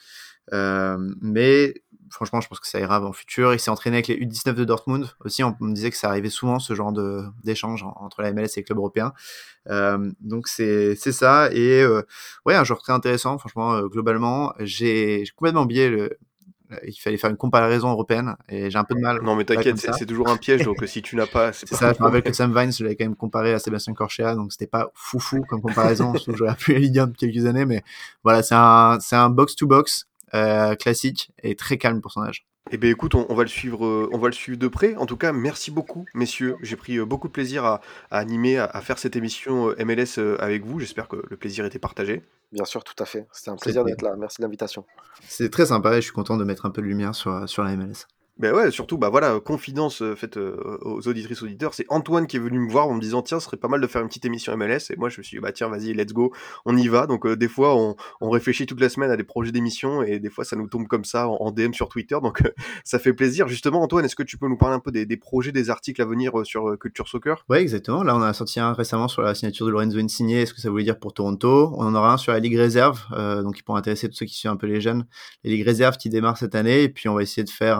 Mais franchement, je pense que ça ira dans le futur. Il s'est entraîné avec les U19 de Dortmund aussi. On me disait que ça arrivait souvent, ce genre d'échange entre la MLS et les clubs européens. Donc c'est ça. Et ouais, un joueur très intéressant. Franchement, globalement, j'ai complètement oublié il fallait faire une comparaison européenne et j'ai un peu de mal. Non mais t'inquiète, c'est toujours un piège, donc si tu n'as pas, c'est C'est pas ça, un je me rappelle que problème. Sam Vines, je l'avais quand même comparé à Sébastien Corchia, donc c'était pas foufou comme comparaison, sauf que j'aurais pu la Ligue 1 depuis quelques années, mais voilà, c'est un box-to-box classique et très calme pour son âge. Eh ben écoute, on va le suivre de près. En tout cas, merci beaucoup, messieurs. J'ai pris beaucoup de plaisir à animer, à faire cette émission MLS avec vous. J'espère que le plaisir était partagé. Bien sûr, tout à fait. C'était un plaisir d'être là. Merci de l'invitation. C'est très sympa et je suis content de mettre un peu de lumière sur la MLS. Ben ouais, surtout, bah voilà, confidence faite aux auditrices auditeurs, c'est Antoine qui est venu me voir en me disant tiens, ce serait pas mal de faire une petite émission MLS, et moi je me suis dit bah tiens, vas-y, let's go, on y va. Donc des fois on réfléchit toute la semaine à des projets d'émission, et des fois ça nous tombe comme ça en DM sur Twitter, donc ça fait plaisir. Justement, Antoine, est-ce que tu peux nous parler un peu des projets, des articles à venir sur Culture Soccer? Ouais, exactement. Là, on a sorti un récemment sur la signature de Lorenzo Insigne, ce que ça voulait dire pour Toronto. On en aura un sur la Ligue Réserve, donc qui pourra intéresser tous ceux qui suivent un peu les jeunes. Les Ligues Réserves qui démarrent cette année, et puis on va essayer de faire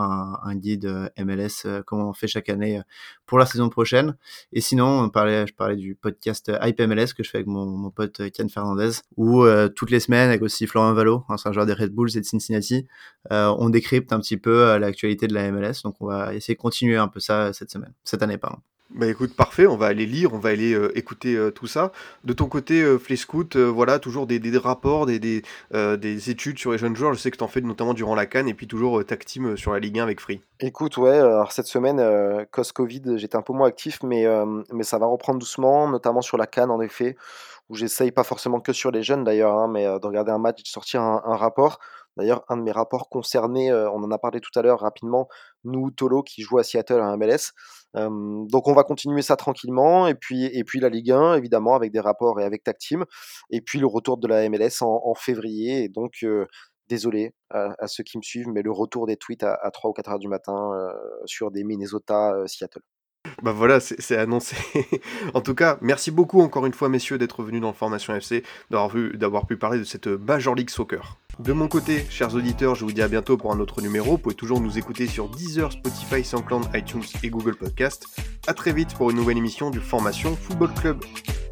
un guide MLS comme on en fait chaque année pour la saison prochaine. Et sinon, je parlais du podcast Hype MLS que je fais avec mon pote Kian Fernandez, où toutes les semaines, avec aussi Florent Valo, c'est un joueur des Red Bulls et de Cincinnati, on décrypte un petit peu l'actualité de la MLS. Donc on va essayer de continuer un peu ça cette année. Bah écoute, parfait, on va aller lire, on va aller écouter tout ça. De ton côté, Flescout, voilà, toujours des rapports, des études sur les jeunes joueurs. Je sais que tu en fais notamment durant la CAN et puis toujours Tag Team sur la Ligue 1 avec Free. Écoute, ouais, alors cette semaine, cause Covid, j'étais un peu moins actif, mais ça va reprendre doucement, notamment sur la CAN, en effet, où j'essaye, pas forcément que sur les jeunes d'ailleurs, hein, mais de regarder un match, de sortir un rapport. D'ailleurs, un de mes rapports concernés, on en a parlé tout à l'heure rapidement, nous, Tolo, qui joue à Seattle à MLS. Donc on va continuer ça tranquillement, et puis la Ligue 1, évidemment, avec des rapports et avec Tag Team, et puis le retour de la MLS en février, et donc désolé à ceux qui me suivent, mais le retour des tweets à 3 ou 4 heures du matin sur des Minnesota Seattle. Bah voilà, c'est annoncé. En tout cas, merci beaucoup encore une fois, messieurs, d'être venus dans le Formation FC, d'avoir pu parler de cette Major League Soccer. De mon côté, chers auditeurs, je vous dis à bientôt pour un autre numéro. Vous pouvez toujours nous écouter sur Deezer, Spotify, SoundCloud, iTunes et Google Podcast. À très vite pour une nouvelle émission du Formation Football Club.